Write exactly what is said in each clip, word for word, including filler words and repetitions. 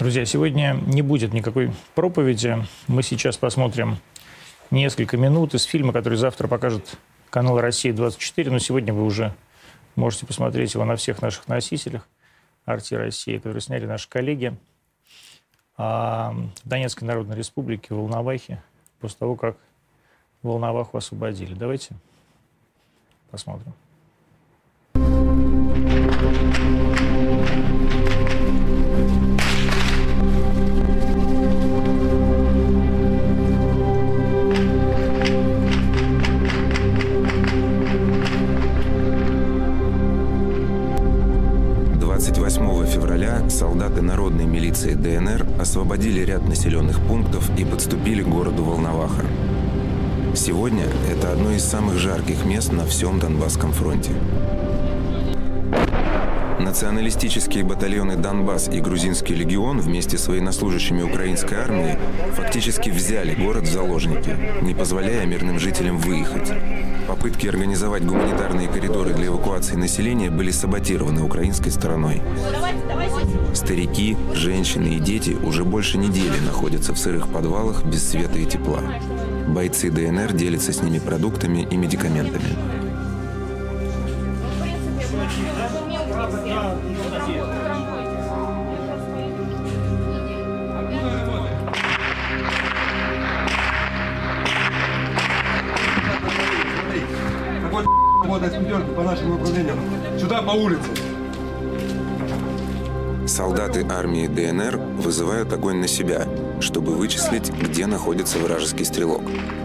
Друзья, сегодня не будет никакой проповеди. Мы сейчас посмотрим несколько минут из фильма, который завтра покажет канал «Россия двадцать четыре». Но сегодня вы уже можете посмотреть его на всех наших носителях. «Арти Россия», который сняли наши коллеги в Донецкой Народной Республике, в Волновахе, после того, как Волноваху освободили. Давайте посмотрим. двадцать восьмого февраля солдаты народной милиции ДНР освободили ряд населенных пунктов и подступили к городу Волноваха. Сегодня это одно из самых жарких мест на всем Донбасском фронте. Националистические батальоны «Донбасс» и «Грузинский легион» вместе с военнослужащими украинской армии фактически взяли город в заложники, не позволяя мирным жителям выехать. Попытки организовать гуманитарные коридоры для эвакуации населения были саботированы украинской стороной. Старики, женщины и дети уже больше недели находятся в сырых подвалах без света и тепла. Бойцы ДНР делятся с ними продуктами и медикаментами. Какой работает пятерки по нашему управлению? Сюда, по улице. Солдаты армии ДНР вызывают огонь на себя, чтобы вычислить, где находится вражеский стрелок.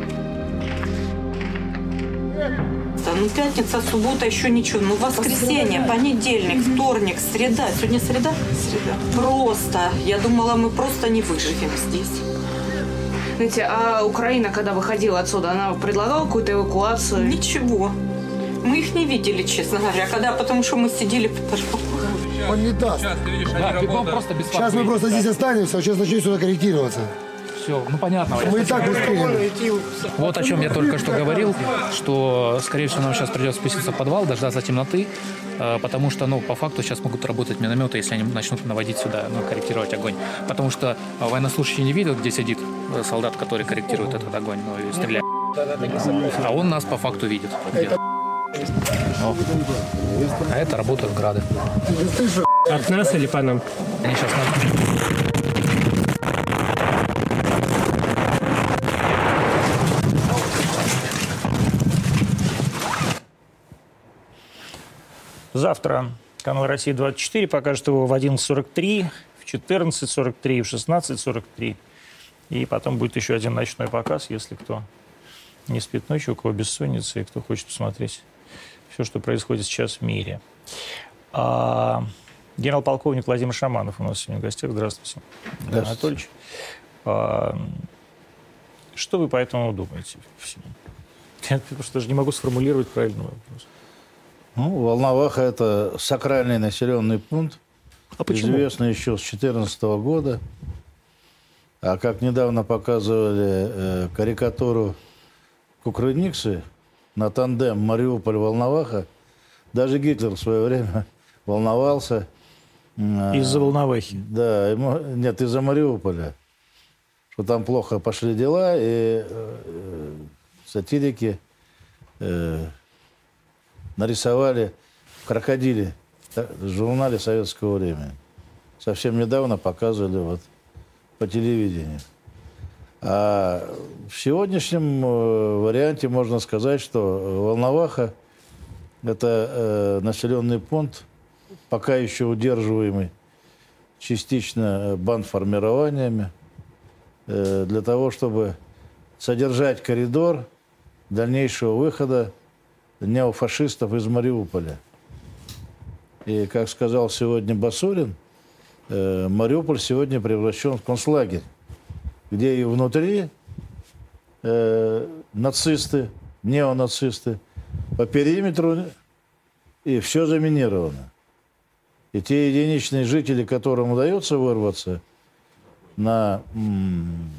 Ну, пятница, суббота, еще ничего. Ну, воскресенье, понедельник, вторник, среда. Сегодня среда? Среда. Просто. Я думала, мы просто не выживем здесь. Знаете, а Украина, когда выходила отсюда, она предлагала какую-то эвакуацию? Ничего. Мы их не видели, честно говоря. Когда? Потому что мы сидели по подвалу. Он не даст. Сейчас, ты видишь, да, просто без сейчас мы просто здесь останемся, а сейчас начнем сюда корректироваться. Все, ну понятно. Мы и так успеем. Вот о чем я только что говорил, что, скорее всего, нам сейчас придется спуститься в подвал, дождаться темноты, потому что, ну, по факту сейчас могут работать минометы, если они начнут наводить сюда, ну, корректировать огонь. Потому что военнослужащий не видел, где сидит солдат, который корректирует этот огонь, ну, и стреляет. А он нас по факту видит. О. А это работают грады. От нас или по нам? Они сейчас нас... Завтра канал «Россия двадцать четыре» покажет его в одиннадцать сорок три, в четырнадцать сорок три, в шестнадцать сорок три. И потом будет еще один ночной показ, если кто не спит ночью, у кого бессонница, и кто хочет посмотреть все, что происходит сейчас в мире. А, генерал-полковник Владимир Шаманов у нас сегодня в гостях. Здравствуйте, Владимир Анатольевич. А, что вы по этому думаете? Я просто даже не могу сформулировать правильный вопрос. Ну, Волноваха – это сакральный населенный пункт, а известный еще с две тысячи четырнадцатого года. А как недавно показывали э, карикатуру Кукрыниксы на тандем Мариуполь-Волноваха, даже Гитлер в свое время волновался. Э, из-за Волновахи? Да, ему, нет, из-за Мариуполя. Что там плохо пошли дела, и э, сатирики... Э, нарисовали крокодили в журнале советского времени. Совсем недавно показывали вот по телевидению. А в сегодняшнем варианте можно сказать, что Волноваха – это э, населенный пункт, пока еще удерживаемый частично бандформированиями, э, для того, чтобы содержать коридор дальнейшего выхода неофашистов из Мариуполя. И, как сказал сегодня Басурин, э, Мариуполь сегодня превращен в концлагерь, где и внутри э, нацисты, неонацисты, по периметру, и все заминировано. И те единичные жители, которым удается вырваться на м-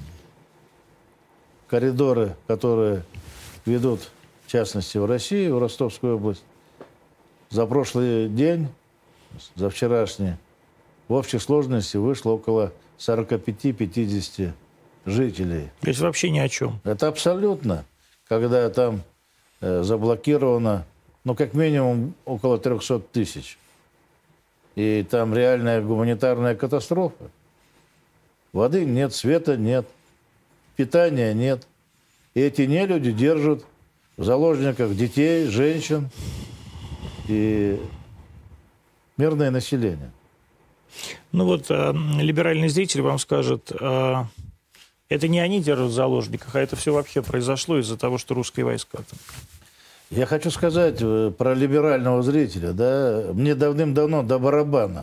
коридоры, которые ведут, в частности, в Россию, в Ростовскую область, за прошлый день, за вчерашний, в общей сложности вышло около сорок пять - пятьдесят жителей. То есть вообще ни о чем. Это абсолютно. Когда там э, заблокировано, ну, как минимум, около трехсот тысяч. И там реальная гуманитарная катастрофа. Воды нет, света нет, питания нет. И эти нелюди держат в заложниках детей, женщин и мирное население. Ну вот э, либеральный зритель вам скажет, э, это не они держат в заложниках, а это все вообще произошло из-за того, что русские войска там. Я хочу сказать э, про либерального зрителя. Да? Мне давным-давно до барабана.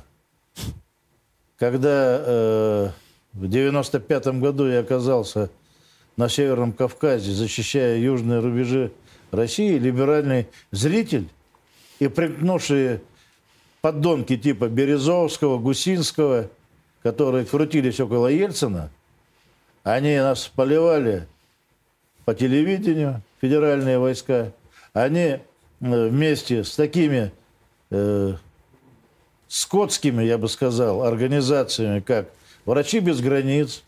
Когда э, в девяносто пятом году я оказался на Северном Кавказе, защищая южные рубежи России, либеральный зритель и примкнувшие подонки типа Березовского, Гусинского, которые крутились около Ельцина, они нас поливали по телевидению, федеральные войска. Они вместе с такими э, скотскими, я бы сказал, организациями, как «Врачи без границ»,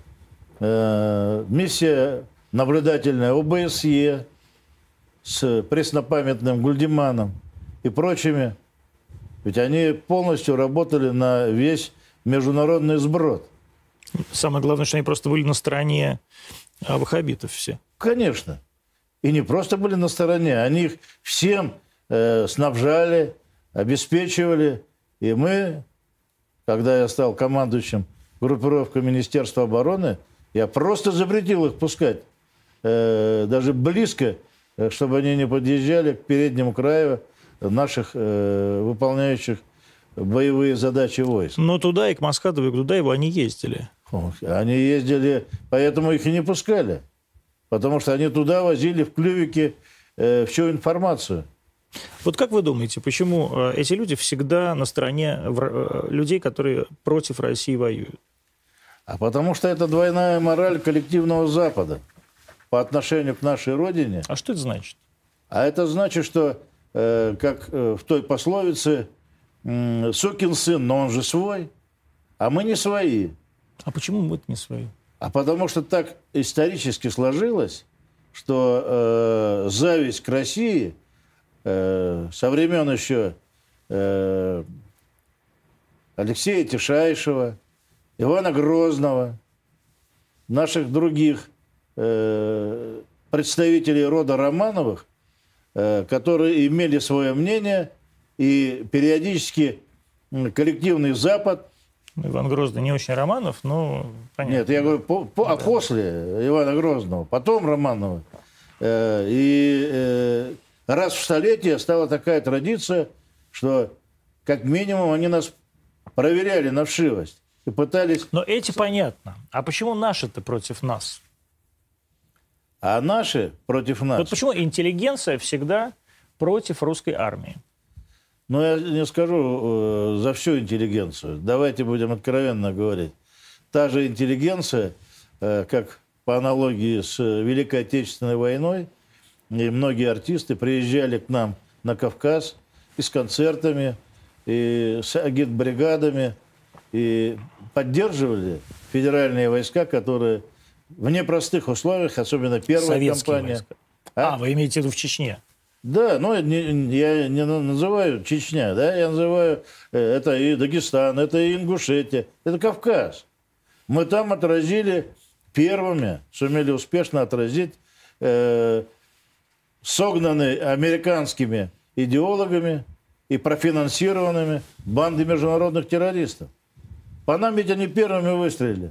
э, миссия наблюдательная О Бэ С Е с преснопамятным Гульдеманом и прочими, ведь они полностью работали на весь международный сброд. Самое главное, что они просто были на стороне ваххабитов все. Конечно. И не просто были на стороне, они их всем э, снабжали, обеспечивали. И мы, когда я стал командующим группировкой Министерства обороны, я просто запретил их пускать, э, даже близко, чтобы они не подъезжали к переднему краю наших э, выполняющих боевые задачи войск. Но туда и к Масхадову, и к Дудаеву они ездили. Они ездили, поэтому их и не пускали. Потому что они туда возили в клювике э, всю информацию. Вот как вы думаете, почему э, эти люди всегда на стороне э, людей, которые против России воюют? А потому что это двойная мораль коллективного Запада по отношению к нашей родине. А что это значит? А это значит, что, э, как э, в той пословице, э, сукин сын, но он же свой, а мы не свои. А почему мы-то не свои? А потому что так исторически сложилось, что э, зависть к России э, со времен еще э, Алексея Тишайшего, Ивана Грозного, наших других э, представителей рода Романовых, э, которые имели свое мнение, и периодически коллективный Запад. Иван Грозный не очень Романов, но понятно. Нет, я говорю, по, по, а после Ивана Грозного, потом Романова. Э, и э, раз в столетие стала такая традиция, что как минимум они нас проверяли на вшивость и пытались... Но эти понятно. А почему наши-то против нас? А наши против нас? Вот почему интеллигенция всегда против русской армии? Ну, я не скажу э, за всю интеллигенцию. Давайте будем откровенно говорить. Та же интеллигенция, э, как по аналогии с Великой Отечественной войной, и многие артисты приезжали к нам на Кавказ и с концертами, и с агитбригадами, и поддерживали федеральные войска, которые в непростых условиях, особенно первая Советские кампания. Войска. А? а, вы имеете в виду в Чечне? Да, но не, я не называю Чечня, да, я называю, это и Дагестан, это и Ингушетия, это Кавказ. Мы там отразили первыми, сумели успешно отразить э, согнанные американскими идеологами и профинансированными банды международных террористов. По нам ведь они первыми выстрелили.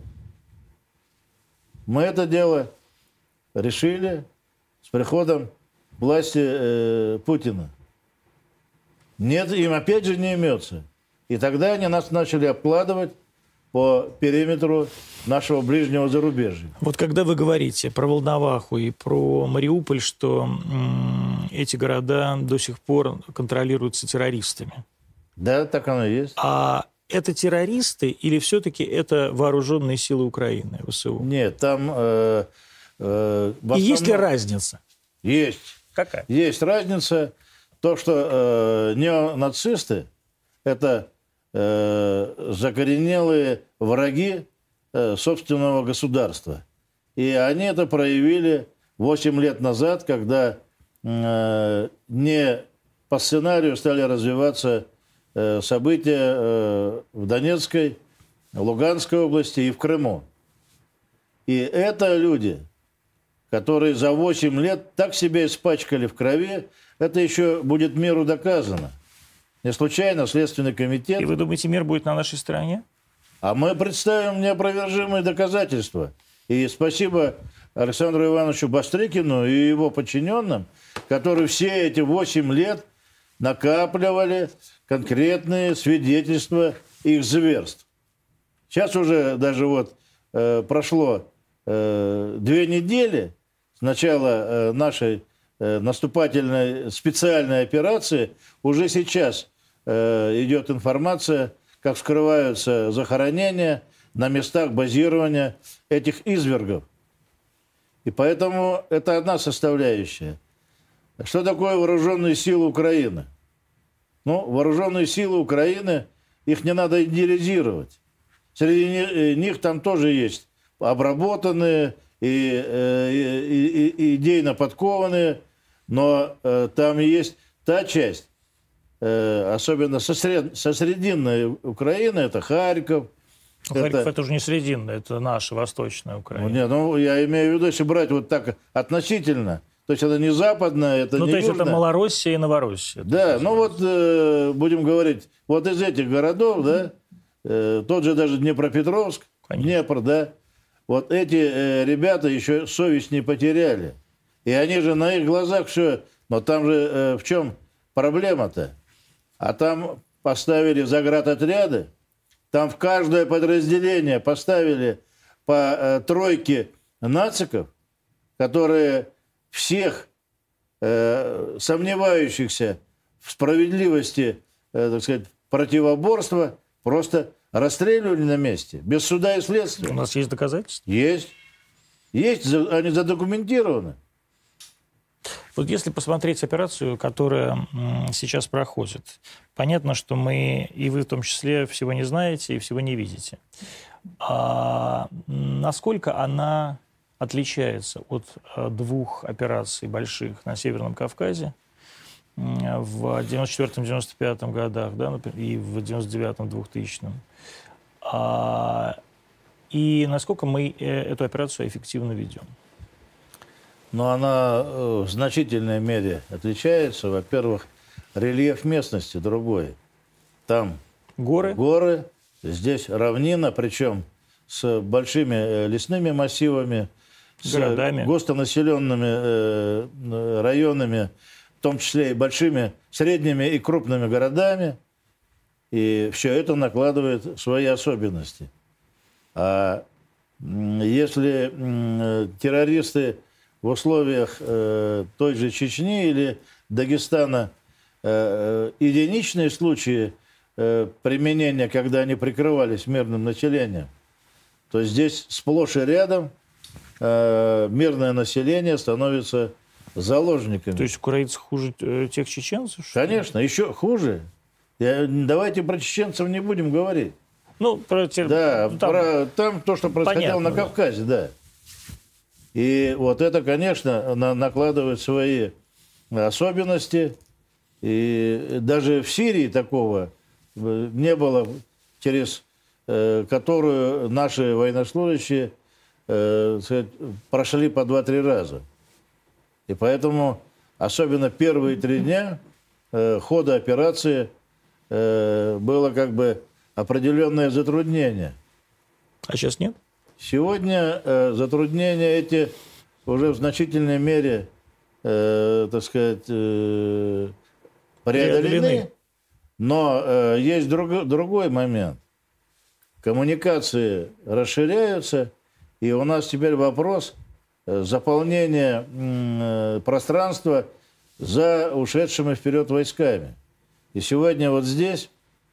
Мы это дело решили с приходом власти э, Путина. Нет, им опять же не имется. И тогда они нас начали обкладывать по периметру нашего ближнего зарубежья. Вот когда вы говорите про Волноваху и про Мариуполь, что м- эти города до сих пор контролируются террористами. Да, так оно и есть. А это террористы или все-таки это вооруженные силы Украины, вэ эс у? Нет, там... Э, э, основном... И есть ли разница? Есть. Какая? Есть разница. То, что э, неонацисты – это э, закоренелые враги э, собственного государства. И они это проявили восемь лет назад, когда э, не по сценарию стали развиваться э, события э, в Донецкой, Луганской области и в Крыму. И это люди, которые за восемь лет так себя испачкали в крови, это еще будет миру доказано. Не случайно Следственный комитет... И вы думаете, мир будет на нашей стороне? А мы представим неопровержимые доказательства. И спасибо Александру Ивановичу Бастрыкину и его подчиненным, которые все эти восемь лет накапливали конкретные свидетельства их зверств. Сейчас уже даже вот э, прошло э, две недели с начала э, нашей э, наступательной специальной операции. Уже сейчас э, идет информация, как вскрываются захоронения на местах базирования этих извергов. И поэтому это одна составляющая. Что такое вооруженные силы Украины? Ну, вооруженные силы Украины, их не надо идеализировать. Среди них там тоже есть обработанные и, и, и идейно подкованные, но э, там есть та часть, э, особенно сосред, сосрединная Украина, это Харьков. Ну, Харьков это, это уже не срединная, это наша восточная Украина. Ну, нет, ну, я имею в виду, если брать вот так относительно, то есть это не западная, это ну, не то есть южная. Это Малороссия и Новороссия. Да, ну вот э, будем говорить, вот из этих городов, да, э, тот же даже Днепропетровск, Конечно. Днепр, да, вот эти э, ребята еще совесть не потеряли. И они же на их глазах все, но там же э, в чем проблема-то? А там поставили заградотряды, там в каждое подразделение поставили по э, тройке нациков, которые всех э, сомневающихся в справедливости, э, так сказать, противоборства просто расстреливали на месте, без суда и следствия. У нас есть доказательства? Есть. Есть, они задокументированы. Вот если посмотреть операцию, которая сейчас проходит, понятно, что мы, и вы в том числе, всего не знаете и всего не видите. А насколько она отличается от двух операций больших на Северном Кавказе в девяносто четвёртом — девяносто пятом годах, да, например, и в девяносто девятом — двухтысячном. А, и насколько мы эту операцию эффективно ведем? Но она в значительной мере отличается. Во-первых, рельеф местности другой. Там горы, горы, здесь равнина, причем с большими лесными массивами, городами, с густонаселенными районами, в том числе и большими, средними и крупными городами. И все это накладывает свои особенности. А если террористы в условиях э, той же Чечни или Дагестана э, единичные случаи э, применения, когда они прикрывались мирным населением, то здесь сплошь и рядом э, мирное население становится заложниками. То есть украинцы хуже э, тех чеченцев? Конечно, еще хуже. Я, давайте про чеченцев не будем говорить. Ну, про, да, там, про там то, что происходило понятно, на Кавказе, да. да. И вот это, конечно, на, накладывает свои особенности. И даже в Сирии такого не было, через э, которую наши военнослужащие э, сказать, прошли по два-три раза. И поэтому, особенно первые три дня э, хода операции э, было как бы определенное затруднение. А сейчас нет? Сегодня э, затруднения эти уже в значительной мере, э, так сказать, э, преодолены. преодолены. Но э, есть друг, другой момент. Коммуникации расширяются, и у нас теперь вопрос э, заполнения э, пространства за ушедшими вперед войсками. И сегодня вот здесь,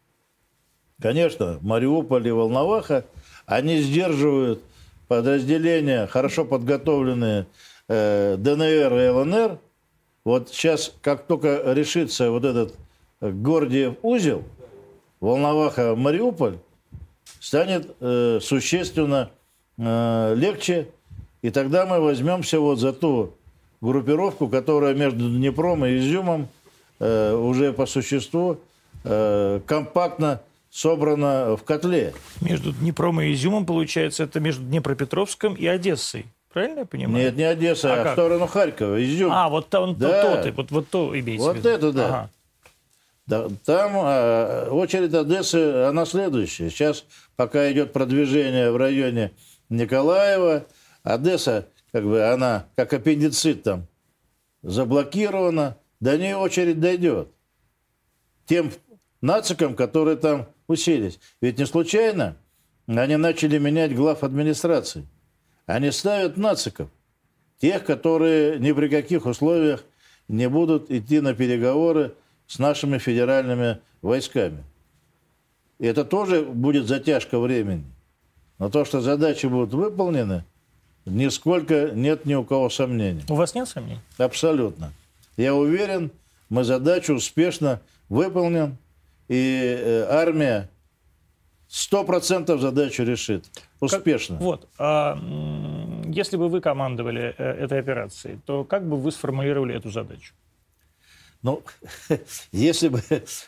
конечно, Мариуполь и Волноваха, они сдерживают подразделения, хорошо подготовленные э, ДНР и ЛНР. Вот сейчас, как только решится вот этот Гордиев узел, Волноваха, Мариуполь, станет э, существенно э, легче, и тогда мы возьмемся вот за ту группировку, которая между Днепром и Изюмом э, уже по существу э, компактно собрана в котле. Между Днепром и Изюмом, получается, это между Днепропетровском и Одессой. Правильно я понимаю? Нет, не Одесса, а, а в сторону Харькова, Изюм. А, вот там да. то, вот, вот то имеется вот в виду. Вот это да. Ага. да там а, очередь Одессы, она следующая. Сейчас, пока идет продвижение в районе Николаева, Одесса, как бы она, как аппендицит там, заблокирована, до нее очередь дойдет. Тем нацикам, которые там уселись. Ведь не случайно они начали менять глав администрации. Они ставят нациков, тех, которые ни при каких условиях не будут идти на переговоры с нашими федеральными войсками. И это тоже будет затяжка времени. Но то, что задачи будут выполнены, нисколько нет ни у кого сомнений. У вас нет сомнений? Абсолютно. Я уверен, мы задачу успешно выполним, и э, армия сто процентов задачу решит. Успешно. Как, вот. А, если бы вы командовали э, этой операцией, то как бы вы сформулировали эту задачу? Ну, если бы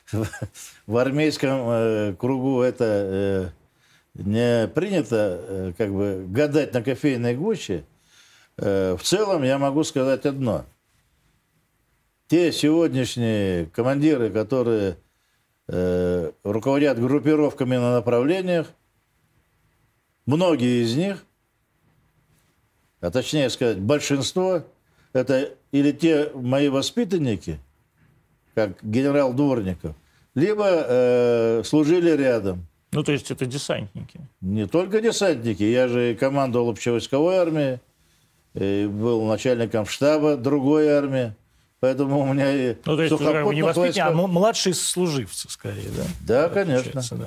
в армейском э, кругу это э, не принято, э, как бы, гадать на кофейной гуще, э, в целом я могу сказать одно. Те сегодняшние командиры, которые э, руководят группировками на направлениях, многие из них, а точнее сказать, большинство, это или те мои воспитанники, как генерал Дворников, либо э, служили рядом. Ну, то есть это десантники? Не только десантники. Я же командовал общевойсковой армией, был начальником штаба другой армии. Поэтому у меня и ну, то есть сухопутных не воспитанники, войсках... а младшие служивцы, скорее, да? Да, конечно. Да.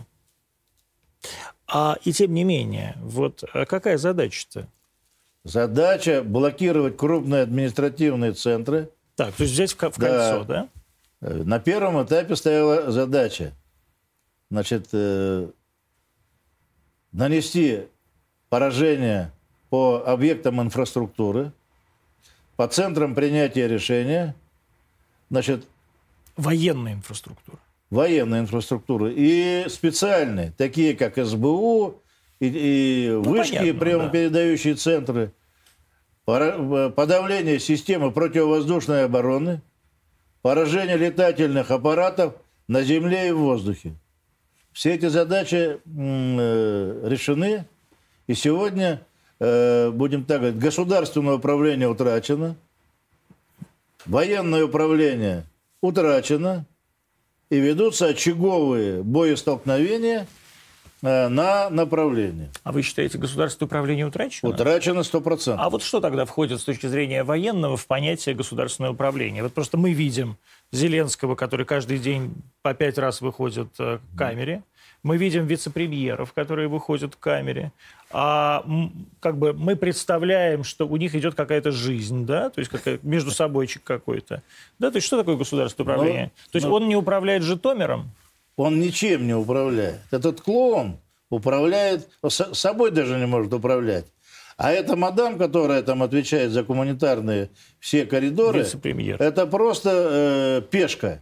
А, и тем не менее, вот какая задача-то? Задача блокировать крупные административные центры. Так, то есть взять в кольцо, да? да? На первом этапе стояла задача, значит, э, нанести поражение по объектам инфраструктуры, по центрам принятия решения, значит... Военная инфраструктура. Военная инфраструктура. И специальные, такие как эс бэ у и, и ну, вышки, понятно, приемопередающие да. центры, подавление системы противовоздушной обороны, поражение летательных аппаратов на земле и в воздухе. Все эти задачи э, решены. И сегодня, э, будем так говорить, государственное управление утрачено, военное управление утрачено, и ведутся очаговые боестолкновения э, на направлении. А вы считаете, государственное управление утрачено? Утрачено сто процентов. А вот что тогда входит с точки зрения военного в понятие государственное управление? Вот просто мы видим Зеленского, который каждый день по пять раз выходит э, к камере. Мы видим вице-премьеров, которые выходят к камере. А как бы мы представляем, что у них идет какая-то жизнь, да, то есть какая, между собойчик какой-то. Да, то есть что такое государственное управление? Но, то есть но... он не управляет Житомиром? Он ничем не управляет. Этот клоун управляет, с собой даже не может управлять. А эта мадам, которая там отвечает за гуманитарные все коридоры, это просто э, пешка.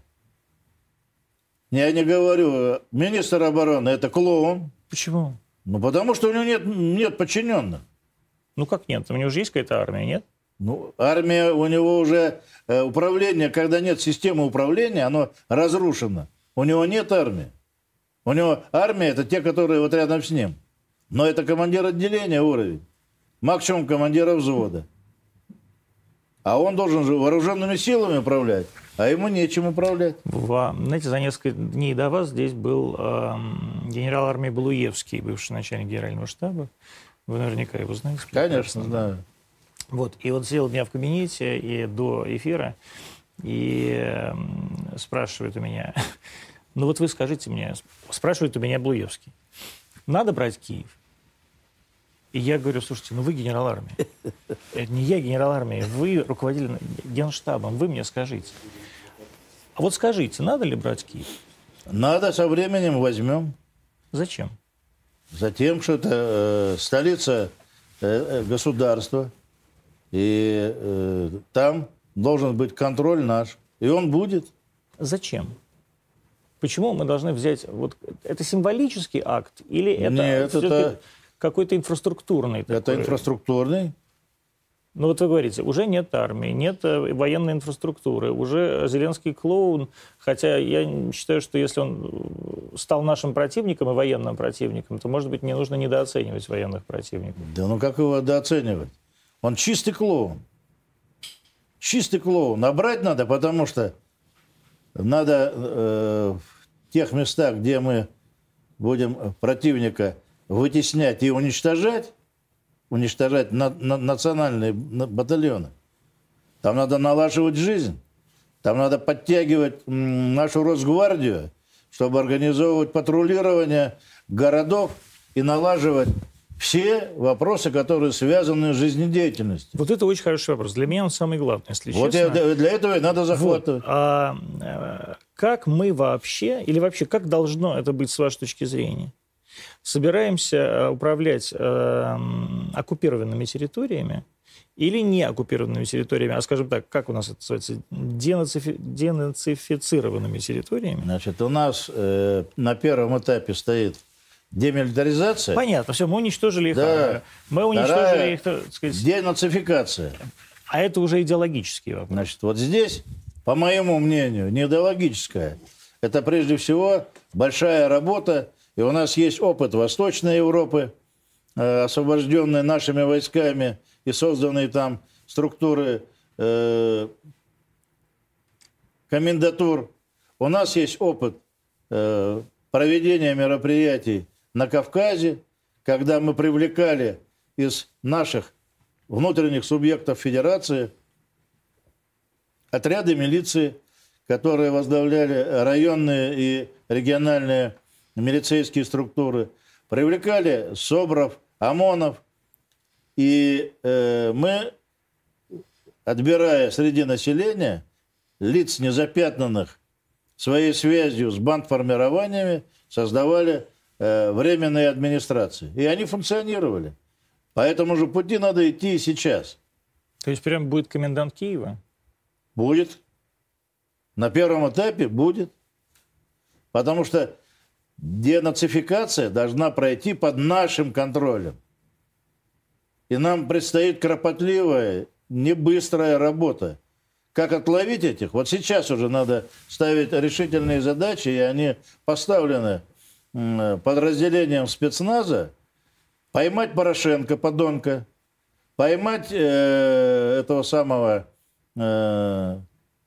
Я не говорю, министр обороны это клоун. Почему? Ну, потому что у него нет, нет подчиненных. Ну, как нет? У него же есть какая-то армия, нет? Ну, армия, у него уже э, управление, когда нет системы управления, оно разрушено. У него нет армии. У него армия – это те, которые вот рядом с ним. Но это командир отделения уровень. Максимум командира взвода. А он должен же вооруженными силами управлять, а ему нечем управлять. Во, знаете, за несколько дней до вас здесь был э, генерал армии Балуевский, бывший начальник генерального штаба. Вы наверняка его знаете. Конечно, знаю. Вот, и вот сидел у меня в кабинете и до эфира, и э, спрашивает у меня, ну вот вы скажите мне, спрашивает у меня Балуевский, надо брать Киев? И я говорю, слушайте, ну вы генерал армии. Это не я генерал армии, вы руководитель генштабом, вы мне скажите. А вот скажите, надо ли брать Киев? Надо, со временем возьмем. Зачем? Затем, что это э, столица э, государства, и э, там должен быть контроль наш, и он будет. Зачем? Почему мы должны взять... Вот, это символический акт или это, Нет, это какой-то инфраструктурный? Это такой? инфраструктурный. Ну вот вы говорите, уже нет армии, нет военной инфраструктуры, уже Зеленский клоун, хотя я считаю, что если он стал нашим противником и военным противником, то, может быть, не нужно недооценивать военных противников. Да ну как его недооценивать? Он чистый клоун. Чистый клоун. Набрать надо, потому что надо э, в тех местах, где мы будем противника вытеснять и уничтожать, уничтожать на, на, национальные батальоны. Там надо налаживать жизнь. Там надо подтягивать м, нашу Росгвардию, чтобы организовывать патрулирование городов и налаживать все вопросы, которые связаны с жизнедеятельностью. Вот это очень хороший вопрос. Для меня он самый главный, если вот честно. Вот для этого и надо захватывать. Вот. А, как мы вообще, или вообще, как должно это быть с вашей точки зрения? Собираемся управлять э, оккупированными территориями или не оккупированными территориями, а, скажем так, как у нас это называется, денацифи... денацифицированными территориями? Значит, у нас э, на первом этапе стоит демилитаризация. Понятно, все, мы уничтожили их. Да. Мы уничтожили Вторая, их, так сказать... денацификация. А это уже идеологический вопрос. Значит, вот здесь, по моему мнению, не идеологическая. Это прежде всего большая работа. И у нас есть опыт Восточной Европы, э, освобожденной нашими войсками и созданные там структуры э, комендатур. У нас есть опыт э, проведения мероприятий на Кавказе, когда мы привлекали из наших внутренних субъектов федерации отряды милиции, которые возглавляли районные и региональные милицейские структуры, привлекали СОБРов, ОМОНов, и э, мы, отбирая среди населения лиц, незапятнанных своей связью с бандформированиями, создавали э, временные администрации. И они функционировали. По этому же пути надо идти и сейчас. То есть прям будет комендант Киева? Будет. На первом этапе будет. Потому что денацификация должна пройти под нашим контролем. И нам предстоит кропотливая, не быстрая работа. Как отловить этих? Вот сейчас уже надо ставить решительные задачи, и они поставлены подразделением спецназа. Поймать Порошенко, подонка, поймать э, этого самого э,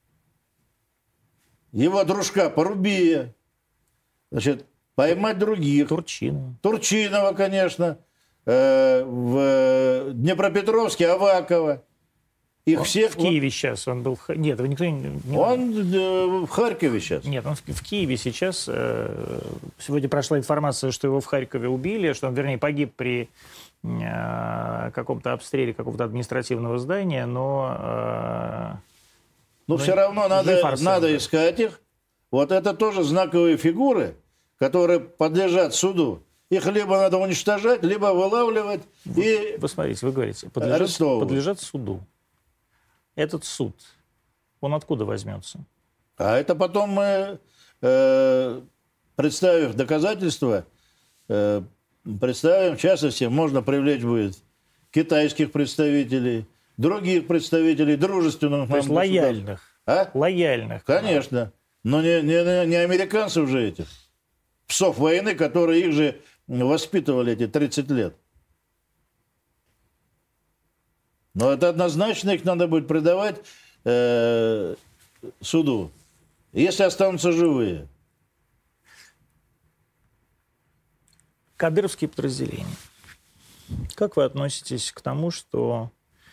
его дружка Порубия, значит, поймать других. Турчинова. Турчинова, конечно. Э, в Днепропетровске Авакова. Их он всех... В Киеве сейчас он был... Нет, никто не... Он э, в Харькове сейчас. Нет, он в, в Киеве сейчас. Э, сегодня прошла информация, что его в Харькове убили, что он, вернее, погиб при э, каком-то обстреле какого-то административного здания, но... Э, но, но все равно надо, надо искать их. Вот это тоже знаковые фигуры, которые подлежат суду. Их либо надо уничтожать, либо вылавливать вы, и вы смотрите, вы говорите, подлежат, подлежат суду. Этот суд, он откуда возьмется? А это потом мы, э, представив доказательства, э, представим, в частности, можно привлечь будет китайских представителей, других представителей, дружественных. То есть лояльных. А? Лояльных. Конечно. Но не, не, не американцев же этих. Псов войны, которые их же воспитывали эти тридцать лет. Но это однозначно, их надо будет предавать э, суду, если останутся живые. Кадыровские подразделения. Как вы относитесь к тому, что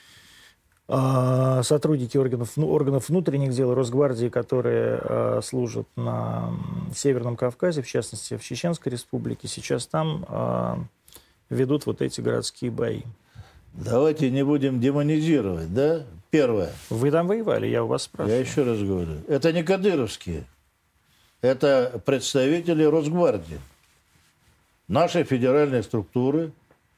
э, сотрудники органов, ну, органов внутренних дел Росгвардии, которые э, служат на Северном Кавказе, в частности в Чеченской Республике, сейчас там э, ведут вот эти городские бои? Давайте не будем демонизировать, да? Первое. Вы там воевали, я у вас спрашиваю. Я еще раз говорю. Это не кадыровские. это представители Росгвардии, нашей федеральной структуры,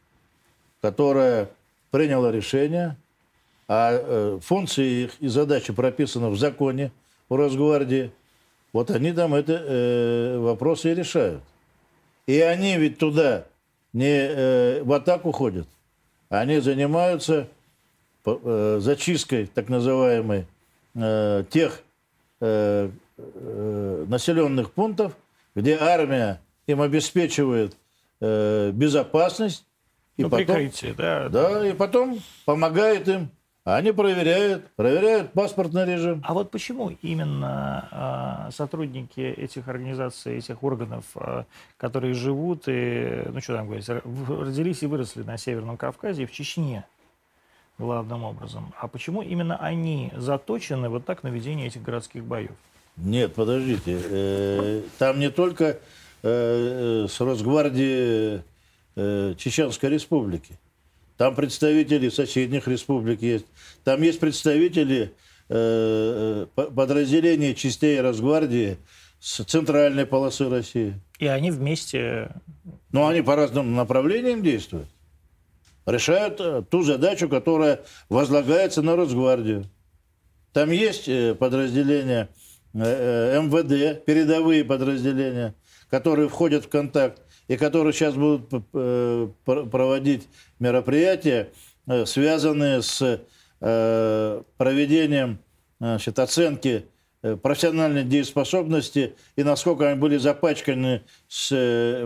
которая приняла решение, а э, функции их и задачи прописаны в законе о Росгвардии. Вот они там эти э, вопросы и решают. И они ведь туда не э, в атаку ходят, они занимаются э, зачисткой так называемой э, тех э, э, населенных пунктов, где армия им обеспечивает э, безопасность. И ну, потом, прикрытие, да. Да, и потом помогает им. Они проверяют, проверяют паспортный режим. А вот почему именно э, сотрудники этих организаций, этих органов, э, которые живут и, ну что там говорить, родились и выросли на Северном Кавказе, в Чечне главным образом, а почему именно они заточены вот так на ведение этих городских боев? Нет, подождите, э, там не только э, с Росгвардии э, Чеченской Республики. Там представители соседних республик есть. Там есть представители э, подразделений частей Росгвардии с центральной полосы России. И они вместе... Но они по разным направлениям действуют. Решают ту задачу, которая возлагается на Росгвардию. Там есть подразделения э, эм вэ дэ, передовые подразделения, которые входят в контакт и которые сейчас будут проводить мероприятия, связанные с проведением, значит, оценки профессиональной дееспособности и насколько они были запачканы с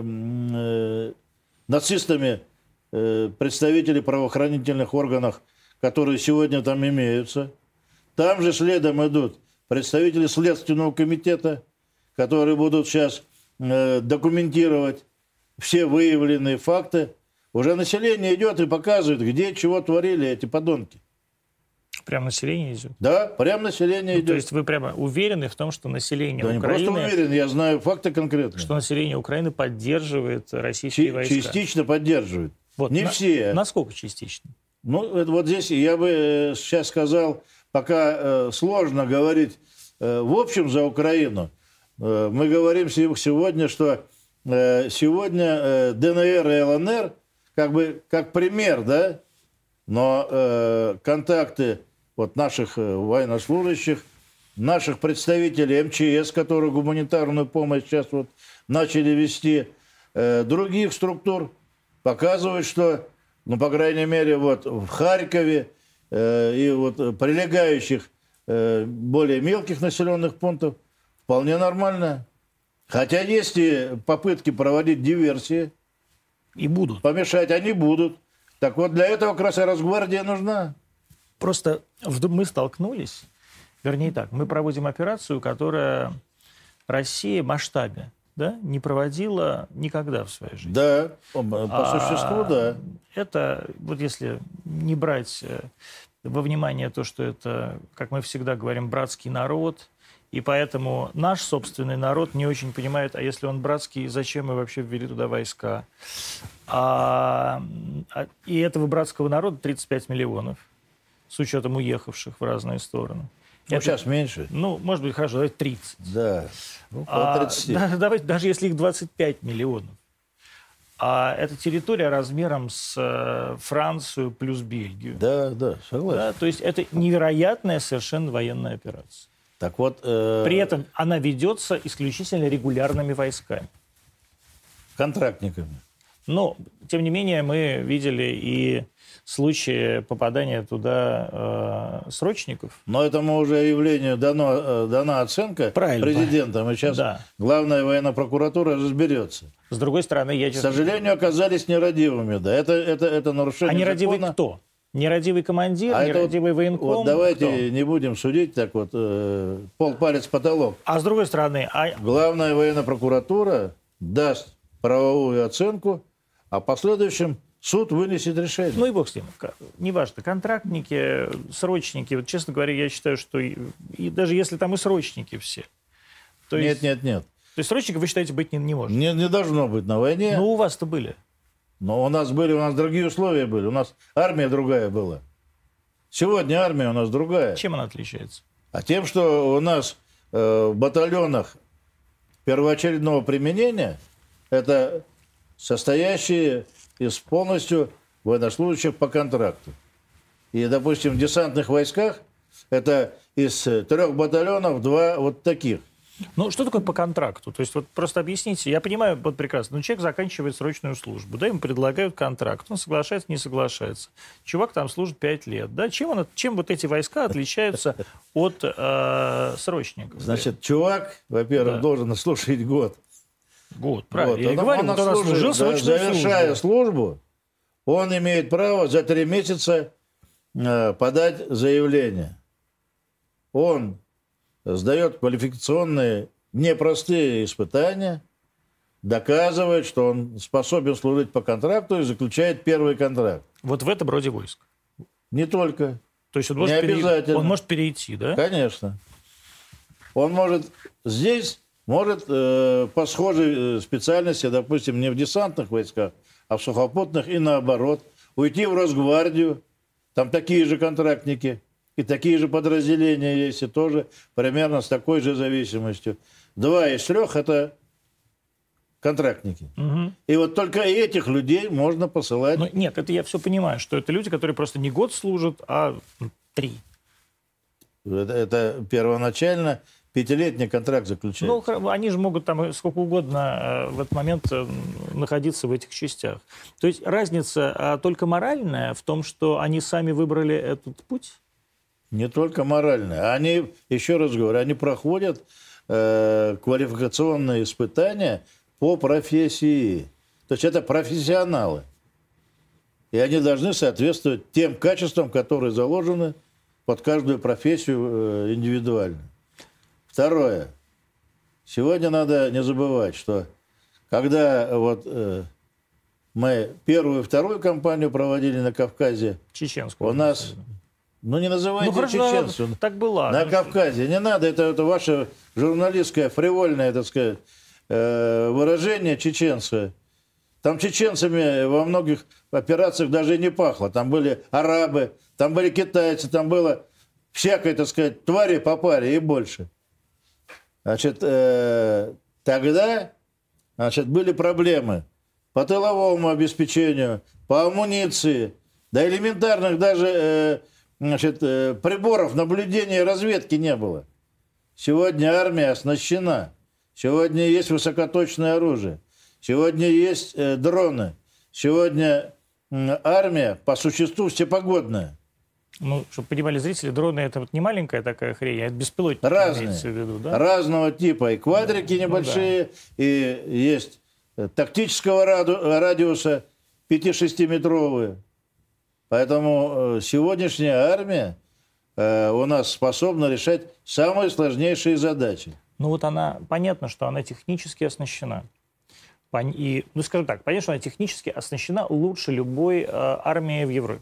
нацистами представители правоохранительных органов, которые сегодня там имеются. Там же следом идут представители Следственного комитета, которые будут сейчас документировать все выявленные факты. Уже население идет и показывает, где чего творили эти подонки. Прям население идет? Да, прям население ну, идет. То есть вы прямо уверены в том, что население да Украины... не просто уверен, я знаю факты конкретные. Что население Украины поддерживает российские Ч- войска? Частично поддерживает. Вот, не на, все. Насколько частично? Ну, это вот здесь я бы сейчас сказал, пока э, сложно говорить э, в общем за Украину. Э, мы говорим сегодня, что э, сегодня э, дэ эн эр и эл эн эр как бы как пример, да, но э, контакты вот наших э, военнослужащих, наших представителей эм че эс, которые гуманитарную помощь сейчас вот начали вести, э, других структур, показывают, что, ну, по крайней мере, вот в Харькове э, и вот прилегающих э, более мелких населенных пунктов вполне нормально. Хотя есть и попытки проводить диверсии. И будут. Помешать они будут. Так вот, для этого как раз и Росгвардия нужна. Просто мы столкнулись, вернее так, мы проводим операцию, которая Россия в масштабе, да, не проводила никогда в своей жизни. Да, по а, существу, да. Это, вот если не брать во внимание то, что это, как мы всегда говорим, братский народ, и поэтому наш собственный народ не очень понимает, а если он братский, зачем мы вообще ввели туда войска? А, и этого братского народа тридцать пять миллионов, с учетом уехавших в разные стороны. Ну, это, сейчас меньше. Ну, может быть, хорошо, давайте тридцать. Да, ну, а, да, давайте, даже если их двадцать пять миллионов. А это территория размером с э, Францию плюс Бельгию. Да, да, согласен. Да, то есть это невероятная совершенно военная операция. Так вот, э... При этом она ведется исключительно регулярными войсками. Контрактниками. Но, тем не менее, мы видели и случаи попадания туда э, срочников. Но этому уже явлению дано, э, дана оценка Правильно. президентом. И сейчас да. главная военная прокуратура разберется. С другой стороны, я... К сожалению, оказались нерадивыми. Да. Это, это, это нарушение А нерадивый закона. Кто? Нерадивый командир, а нерадивый вот, военком? Вот давайте кто? не будем судить так вот, э, полпалец потолок. А с другой стороны... А... Главная военная прокуратура даст правовую оценку, а в последующем суд вынесет решение. Ну и бог с ним. Неважно, контрактники, срочники. Вот, честно говоря, я считаю, что и, и даже если там и срочники все. То нет, есть, нет, нет. То есть срочников, вы считаете, быть не, не может? Не, не должно быть на войне. Ну, у вас-то были. Но у нас были, у нас другие условия были. У нас армия другая была. Сегодня армия у нас другая. Чем она отличается? А тем, что у нас э, в батальонах первоочередного применения это состоящие из полностью военнослужащих по контракту. И, допустим, в десантных войсках это из трех батальонов два вот таких. Ну, что такое по контракту? То есть, вот просто объясните. Я понимаю, вот прекрасно. Ну, человек заканчивает срочную службу, да, ему предлагают контракт. Он соглашается, не соглашается. Чувак там служит пять лет, да. Чем, он, чем вот эти войска отличаются от э, срочников? Значит, чувак, во-первых, да. должен служить год. Год, правильно. Вот. Я Он, говорю, он он отслужил срочную завершая службу. службу, он имеет право за три месяца э, подать заявление. Он сдает квалификационные непростые испытания, доказывает, что он способен служить по контракту и заключает первый контракт. Вот в этом роде войск? Не только. То есть он не может, обязательно. Пере... он может перейти, да? Конечно. Он может здесь, может э, по схожей специальности, допустим, не в десантных войсках, а в сухопутных и наоборот, уйти в Росгвардию, там такие же контрактники. И такие же подразделения есть, и тоже примерно с такой же зависимостью. Два из трех – это контрактники. Угу. И вот только этих людей можно посылать. Но нет, это я все понимаю, что это люди, которые просто не год служат, а три. Это, это первоначально пятилетний контракт заключается. Ну, они же могут там сколько угодно в этот момент находиться в этих частях. То есть разница только моральная в том, что они сами выбрали этот путь? Не только моральные. Они, еще раз говорю, они проходят э, квалификационные испытания по профессии. То есть это профессионалы. И они должны соответствовать тем качествам, которые заложены под каждую профессию э, индивидуально. Второе. Сегодня надо не забывать, что когда вот, э, мы первую и вторую кампанию проводили на Кавказе, чеченскую, у нас... Ну, не называйте ну, чеченцев. Так было. На Кавказе. Не надо, это, это ваше журналистское, фривольное, так сказать, э, выражение чеченское. Там чеченцами во многих операциях даже и не пахло. Там были арабы, там были китайцы, там было всякой, так сказать, твари по паре и больше. Значит, э, тогда, значит, были проблемы по тыловому обеспечению, по амуниции, до элементарных даже... Э, Значит, приборов наблюдения и разведки не было. Сегодня армия оснащена. Сегодня есть высокоточное оружие. Сегодня есть э, дроны. Сегодня э, армия по существу всепогодная. Ну, чтобы понимали зрители, дроны — это вот не маленькая такая хрень, а это беспилотники. Разные. Имеется в виду, да? Разного типа. И квадрики небольшие, ну, да. И есть тактического раду, радиуса пяти-шестиметровые. Поэтому сегодняшняя армия э, у нас способна решать самые сложнейшие задачи. Ну вот она, понятно, что она технически оснащена. И, ну скажем так, понятно, что она технически оснащена лучше любой э, армии в Европе.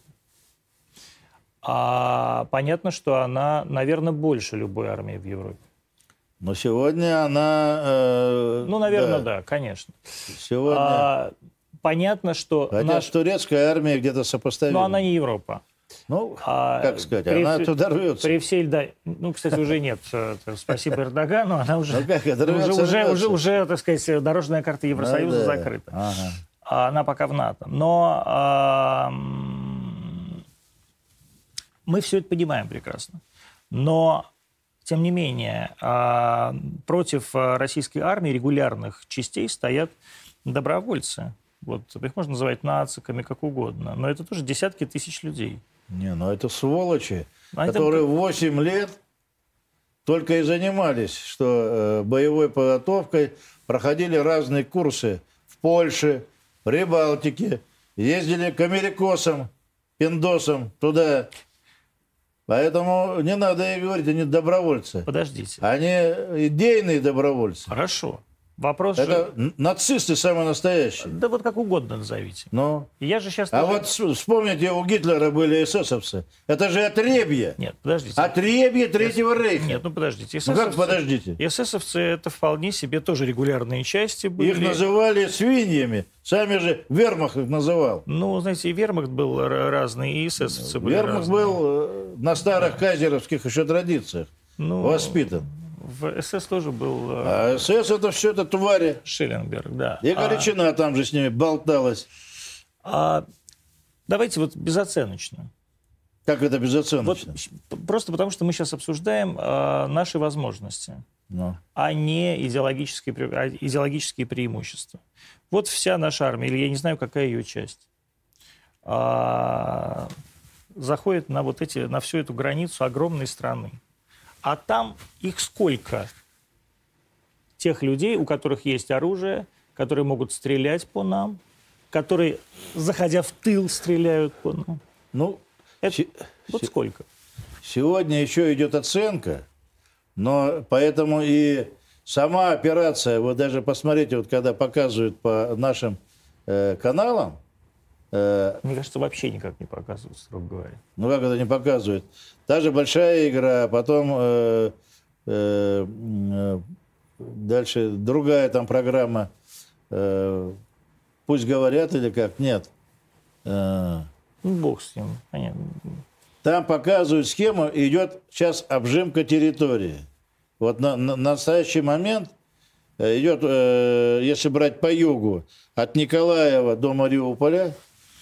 А понятно, что она, наверное, больше любой армии в Европе. Но сегодня она... Э, ну, наверное, да, да конечно. Сегодня... А, понятно, что... Хотя наш... турецкая армия где-то сопоставима. Но она не Европа. Ну, а, как сказать, при, она туда рвется. При всей... Да, ну, кстати, уже нет. Спасибо Эрдогану, она уже... Ну, как это рвется, уже, рвется. уже, уже, так сказать, дорожная карта Евросоюза ну, да. закрыта. Ага. Она пока в НАТО. Но а, мы все это понимаем прекрасно. Но, тем не менее, а, против российской армии регулярных частей стоят добровольцы. Вот, их можно называть нациками, как угодно. Но это тоже десятки тысяч людей. Не, ну это сволочи, Они которые там... восемь лет только и занимались, что э, боевой подготовкой, проходили разные курсы в Польше, в Прибалтике, ездили к америкосам, пиндосам туда. Поэтому не надо и говорить, они добровольцы. Подождите. Они идейные добровольцы. Хорошо. Вопрос это же... нацисты самые настоящие. Да вот как угодно назовите. Ну. Я же сейчас... А тоже... вот вспомните, у Гитлера были эсэсовцы. Это же отребье. Нет, подождите. Отребье Третьего Рейха. Нет, ну подождите. Эсэсовцы... Ну как подождите? Эсэсовцы это вполне себе тоже регулярные части были. Их называли свиньями. Сами же Вермахт их называл. Ну, знаете, и Вермахт был разный, и эсэсовцы были Вермахт разные. был на старых да. кайзеровских еще традициях ну... воспитан. В СС тоже был... А СС это все это твари. Шелленберг, да. И Галичина а... там же с ними болталась. А... Давайте вот безоценочно. Как это безоценочно? Вот, просто потому, что мы сейчас обсуждаем а, наши возможности, Но. а не идеологические, а идеологические преимущества. Вот вся наша армия, или я не знаю, какая ее часть, а, заходит на, вот эти, на всю эту границу огромной страны. А там их сколько? Тех людей, у которых есть оружие, которые могут стрелять по нам, которые, заходя в тыл, стреляют по нам. Ну, это, се- вот се- сколько? Сегодня еще идет оценка, но поэтому и сама операция, вот даже посмотрите, вот когда показывают по нашим э, каналам, э, мне кажется, вообще никак не показывают, строго говоря. Ну как это не показывают? Та же большая игра, потом э, э, э, дальше другая там программа, э, пусть говорят или как, нет. Э, Ну, бог с ним, понятно. Там показывают схему, и идет сейчас обжимка территории. Вот на, на, на настоящий момент идет, э, если брать по югу, от Николаева до Мариуполя.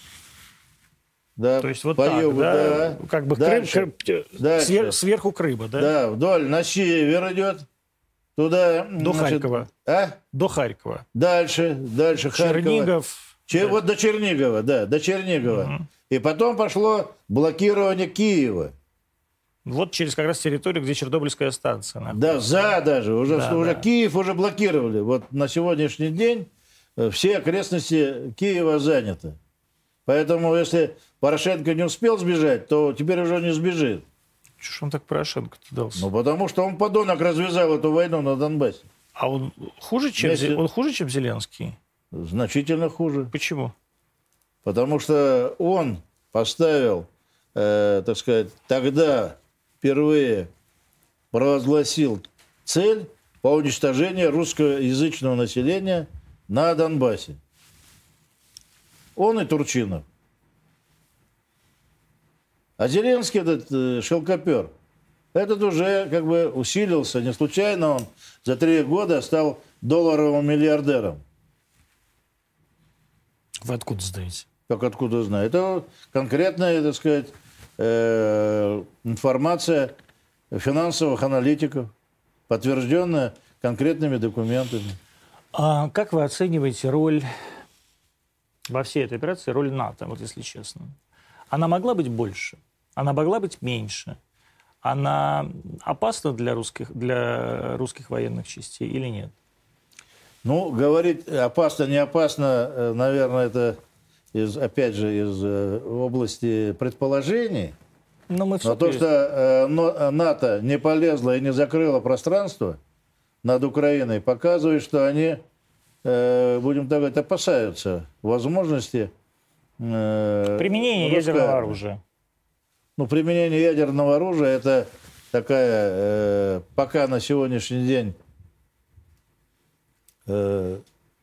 Да, То есть вот по так, югу, да? да. Как бы Дальше, Крым, Крым, дальше. Свер, сверху Крыма, да? Да, вдоль на север идет. Туда, До значит, Харькова. А? До Харькова. Дальше, дальше Харькова. Чернигов. Че, вот до Чернигова, да, до Чернигова. Угу. И потом пошло блокирование Киева. Вот через как раз территорию, где Чернобыльская станция находится. Да, за даже. Уже, Да, уже да. Киев уже блокировали. Вот на сегодняшний день э, все окрестности Киева заняты. Поэтому если Порошенко не успел сбежать, то теперь уже не сбежит. Чего ж он так Порошенко-то дался? Ну, потому что он, подонок, развязал эту войну на Донбассе. А он хуже, чем, Если- Зе- он хуже, чем Зеленский? Значительно хуже. Почему? Потому что он поставил, э, так сказать, тогда впервые провозгласил цель по уничтожению русскоязычного населения на Донбассе. Он и Турчинов. А Зеленский, этот э, шелкопер, этот уже как бы усилился. Не случайно он за три года стал долларовым миллиардером. Вы откуда знаете? Как откуда знаю? Это конкретная, так сказать, э, информация финансовых аналитиков, подтвержденная конкретными документами. А как вы оцениваете роль во всей этой операции, роль НАТО, вот если честно? Она могла быть больше? Она могла быть меньше? Она опасна для русских, для русских военных частей или нет? Ну, говорить опасно, не опасно, э, наверное, это, из, опять же, из э, области предположений. Но, мы Но то, что э, но- НАТО не полезло и не закрыло пространство над Украиной, показывает, что они, э, будем так говорить, опасаются возможности э, применение русской ядерного армии. оружия. Ну, применение ядерного оружия – это такая, э, пока на сегодняшний день, э,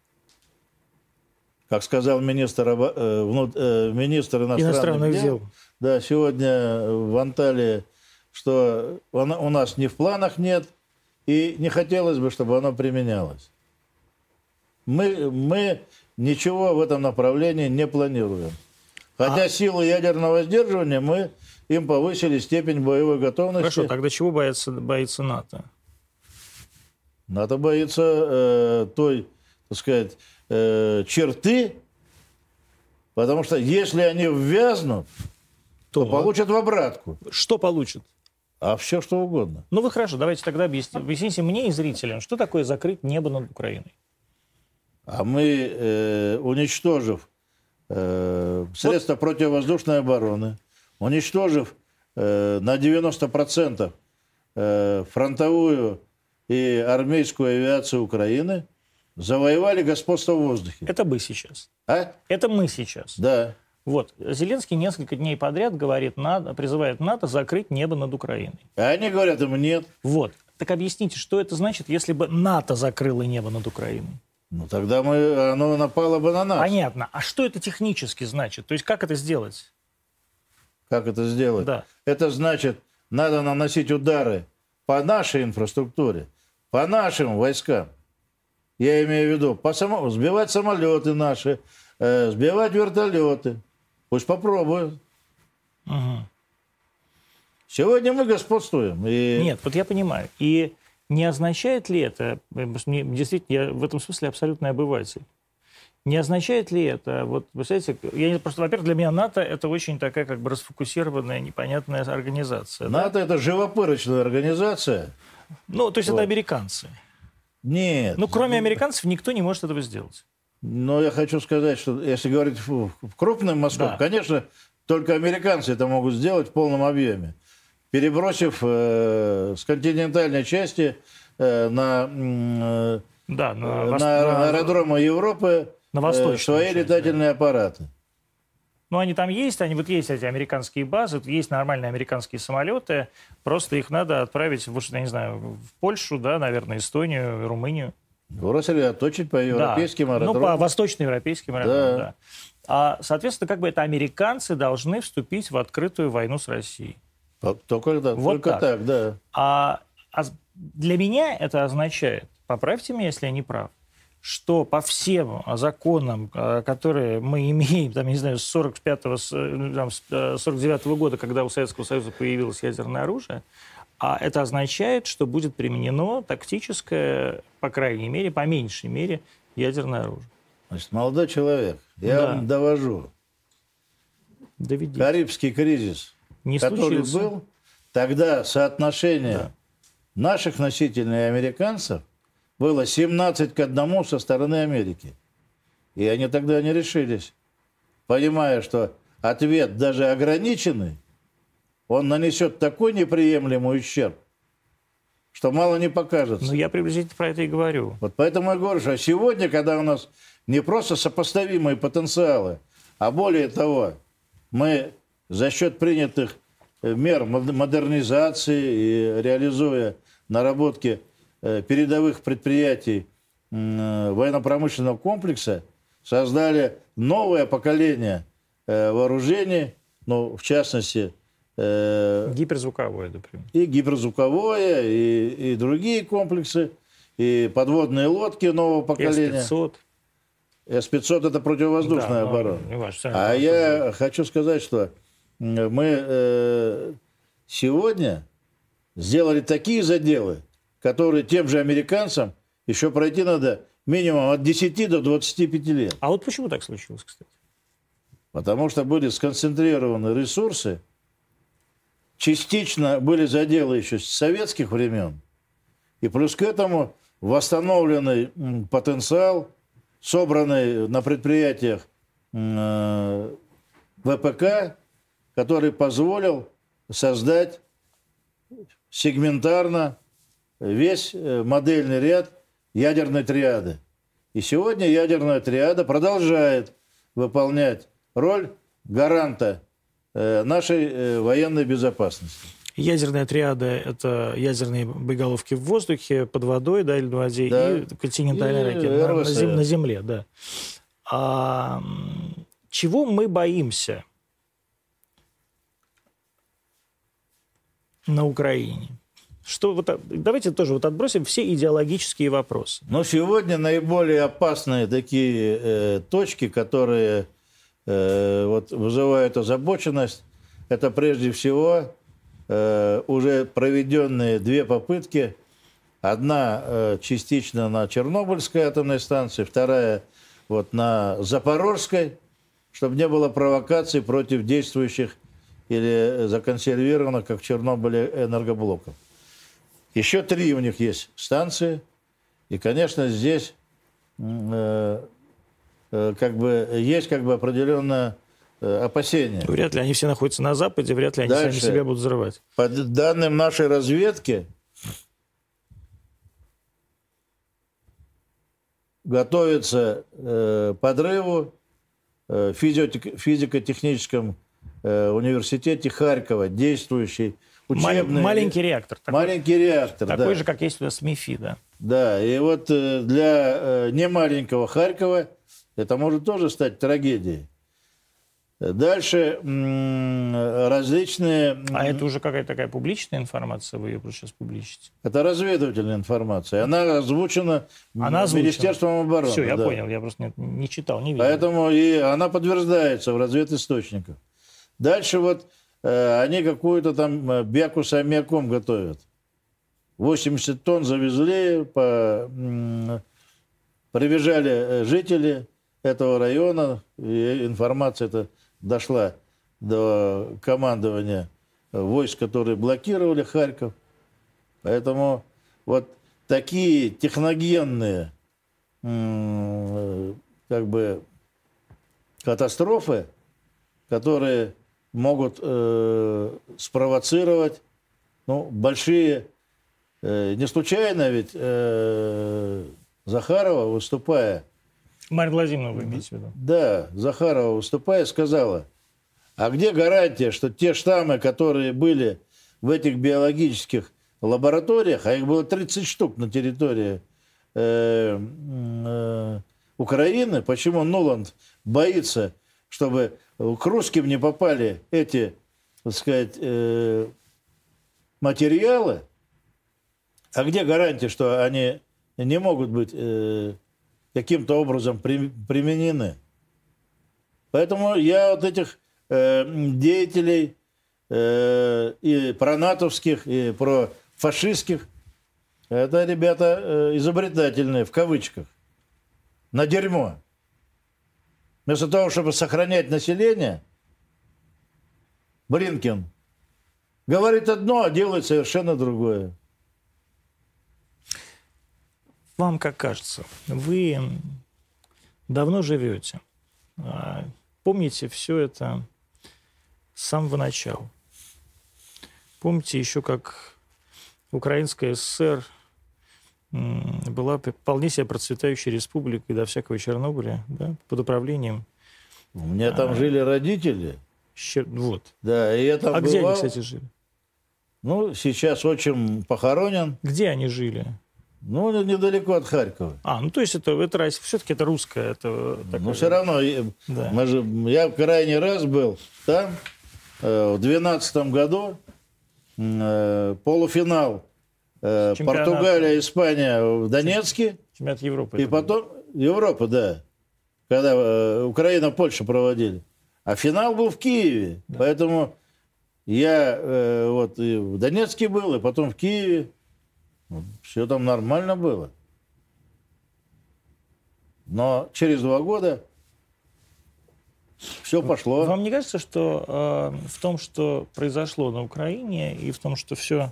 как сказал министр, обо- э, внут- э, министр иностранных, Иностранных дел, дел. да, сегодня в Анталии, что оно- у нас ни в планах нет, и не хотелось бы, чтобы оно применялось. Мы, мы ничего в этом направлении не планируем. Хотя А- силу ядерного сдерживания мы им повысили степень боевой готовности. Хорошо, тогда чего боится, боится НАТО? НАТО боится э, той, так сказать, э, черты, потому что если они ввязнут, то, То? получат в обратку. Что получит? А все что угодно. Ну вы хорошо, давайте тогда объясните, объясните мне и зрителям, что такое закрыть небо над Украиной? А мы, э, уничтожив э, средства противовоздушной обороны, уничтожив э, на девяносто процентов э, фронтовую и армейскую авиацию Украины, завоевали господство в воздухе. Это мы сейчас. А? Это мы сейчас. Да. Вот. Зеленский несколько дней подряд говорит, надо, призывает НАТО закрыть небо над Украиной. А они говорят ему нет. Вот. Так объясните, что это значит, если бы НАТО закрыло небо над Украиной? Ну тогда мы, оно напало бы на нас. Понятно. А что это технически значит? То есть как это сделать? Как это сделать? Да. Это значит, надо наносить удары по нашей инфраструктуре, по нашим войскам. Я имею в виду, по само... сбивать самолеты наши, э, сбивать вертолеты. Пусть попробуют. Угу. Сегодня мы господствуем. И... Нет, вот я понимаю. И не означает ли это, мне, действительно, я в этом смысле абсолютный обыватель, не означает ли это, вот, вы знаете, я просто, во-первых, для меня НАТО это очень такая как бы расфокусированная, непонятная организация. НАТО да? это живопырочная организация. Ну, то есть вот. Это американцы. Нет. Ну, кроме американцев, никто не может этого сделать. Но я хочу сказать, что если говорить в крупным мазком, да. конечно, только американцы это могут сделать в полном объеме. Перебросив э, с континентальной части э, на, э, да, на, на, вос... на аэродромы Европы на э, свои часть, летательные да. аппараты. Ну, они там есть, они вот есть эти американские базы, есть нормальные американские самолеты, просто их надо отправить, в, я не знаю, в Польшу, да, наверное, Эстонию, Румынию. Рассредоточить по европейским да. аэродромам. Ну, по восточноевропейским аэродромам, да. да. А, соответственно, как бы это американцы должны вступить в открытую войну с Россией. Только, да, вот только так, так да. А, а для меня это означает, поправьте меня, если я не прав, что по всем законам, которые мы имеем, там, не знаю, с сорок пятого, сорок девятого года, когда у Советского Союза появилось ядерное оружие, а это означает, что будет применено тактическое, по крайней мере, по меньшей мере, ядерное оружие. Значит, молодой человек, я да. вам довожу. Доведите. Карибский кризис, не который случился. был, тогда соотношение да. наших носителей и американцев было семнадцать к одному со стороны Америки. И они тогда не решились, понимая, что ответ даже ограниченный, он нанесет такой неприемлемый ущерб, что мало не покажется. Ну, я приблизительно про это и говорю. Вот поэтому я говорю, что сегодня, когда у нас не просто сопоставимые потенциалы, а более того, мы за счет принятых мер модернизации и реализуя наработки передовых предприятий военно-промышленного комплекса, создали новое поколение вооружений, ну, в частности, гиперзвуковое, например. И гиперзвуковое, и, и другие комплексы, и подводные лодки нового поколения. эс пятьсот. эс пятьсот это противовоздушная да, оборона. Ну, важно, а я тоже. хочу сказать, что мы э, сегодня сделали такие заделы, которые тем же американцам еще пройти надо минимум от десяти до двадцати пяти лет. А вот почему так случилось, кстати? Потому что были сконцентрированы ресурсы, частично были заделы еще с советских времен, и плюс к этому восстановленный потенциал, собранный на предприятиях вэ пэ ка, который позволил создать сегментарно весь модельный ряд ядерной триады. И сегодня ядерная триада продолжает выполнять роль гаранта нашей военной безопасности. Ядерная триада – это ядерные боеголовки в воздухе, под водой, да, или на воде, да. и континентальные ракеты на, на, зем, на земле. Да. А, чего мы боимся на Украине? Что, вот, давайте тоже вот отбросим все идеологические вопросы. Но сегодня наиболее опасные такие э, точки, которые э, вот, вызывают озабоченность, это прежде всего э, уже проведенные две попытки. Одна э, частично на Чернобыльской атомной станции, вторая вот, на Запорожской, чтобы не было провокаций против действующих или законсервированных, как в Чернобыле, энергоблоков. Еще три у них есть станции, и, конечно, здесь э, э, как бы, есть как бы определенное э, опасение. Вряд ли они все находятся на Западе, вряд ли они Дальше, сами себя будут взрывать. По данным нашей разведки, готовится э, подрыву э, в физико-техническом э, университете Харькова, действующий учебный... Маленький реактор. Такой, маленький реактор, Такой да. же, как есть у нас МИФИ, да. Да, и вот э, для э, немаленького Харькова это может тоже стать трагедией. Дальше м, различные... А это уже какая-то такая публичная информация, вы ее просто сейчас публичите? Это разведывательная информация. Она озвучена, она озвучена. Министерством обороны. Все, я да. понял, я просто не, не читал, не видел. Поэтому и она подтверждается в разведисточниках. Дальше вот э, они какую-то там бяку с аммиаком готовят. восемьдесят тонн завезли, по, м, прибежали жители этого района, и информация эта дошла до командования войск, которые блокировали Харьков. Поэтому вот такие техногенные м, как бы катастрофы, которые могут э, спровоцировать ну, большие... Э, не случайно ведь э, Захарова, выступая... Марья Владимировна, вы имеете в виду? Да, Захарова, выступая, сказала, а где гарантия, что те штаммы, которые были в этих биологических лабораториях, а их было тридцать штук на территории э, э, Украины, почему Нуланд боится, чтобы к русским не попали эти, так сказать, э, материалы, а где гарантия, что они не могут быть э, каким-то образом при, применены? Поэтому я вот этих э, деятелей э, и пронатовских, и профашистских, это ребята э, изобретательные, в кавычках, на дерьмо. Вместо того, чтобы сохранять население, Блинкен говорит одно, а делает совершенно другое. Вам как кажется, вы давно живете, помните все это с самого начала. Помните еще, как Украинская ССР была вполне себе процветающей республикой до всякого Чернобыля, да, под управлением. У меня там а, жили родители. Щер... Вот. Да, и я там а бывал. Где они, кстати, жили? Ну, сейчас отчим похоронен. Где они жили? Ну, недалеко от Харькова. А, ну то есть это, это все-таки это русское. Это такое... Но все равно, да. мы же, я в крайний раз был там, э, в двенадцатом году, э, полуфинал. Чемпионат. Португалия, Испания в Донецке. Чемпионат Европы. И потом был. Европа, да. Когда э, Украина, Польша проводили. А финал был в Киеве. Да. Поэтому я э, вот и в Донецке был, и потом в Киеве. Вот, все там нормально было. Но через два года все пошло. Вам не кажется, что э, в том, что произошло на Украине, и в том, что все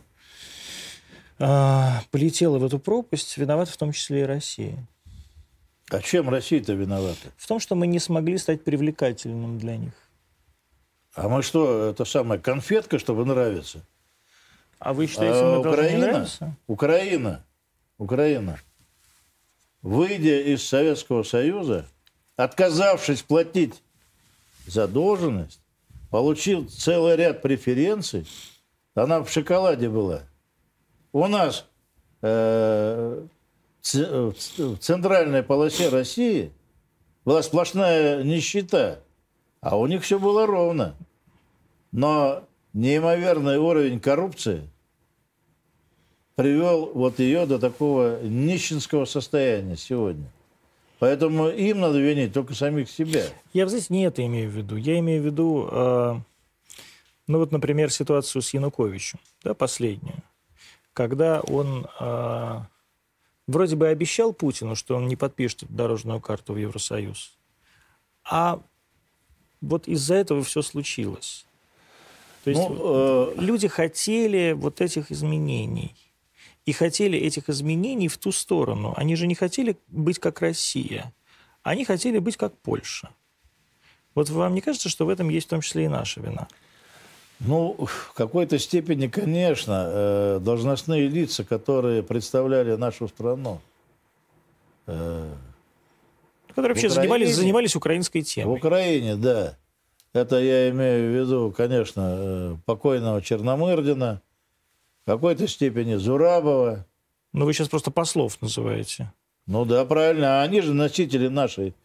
полетела в эту пропасть, виновата в том числе и Россия? А чем Россия-то виновата? В том, что мы не смогли стать привлекательным для них. А мы что, это самая конфетка, чтобы нравиться? А вы считаете, а мы Украина, должны не нравиться? Украина, Украина, выйдя из Советского Союза, отказавшись платить задолженность, получил целый ряд преференций. Она в шоколаде была. У нас э, в центральной полосе России была сплошная нищета, а у них все было ровно. Но неимоверный уровень коррупции привел вот ее до такого нищенского состояния сегодня. Поэтому им надо винить только самих себя. Я, знаете, не это имею в виду. Я имею в виду, э, ну вот, например, ситуацию с Януковичем, да, последнюю. Когда он э, вроде бы обещал Путину, что он не подпишет дорожную карту в Евросоюз. А вот из-за этого все случилось. То есть ну, э... люди хотели вот этих изменений. И хотели этих изменений в ту сторону. Они же не хотели быть как Россия. Они хотели быть как Польша. Вот вам не кажется, что в этом есть в том числе и наша вина? Ну, в какой-то степени, конечно, должностные лица, которые представляли нашу страну. Которые вообще занимались, занимались украинской темой. В Украине, да. Это я имею в виду, конечно, покойного Черномырдина, в какой-то степени Зурабова. Ну, вы сейчас просто послов называете. Ну да, правильно. А они же носители нашей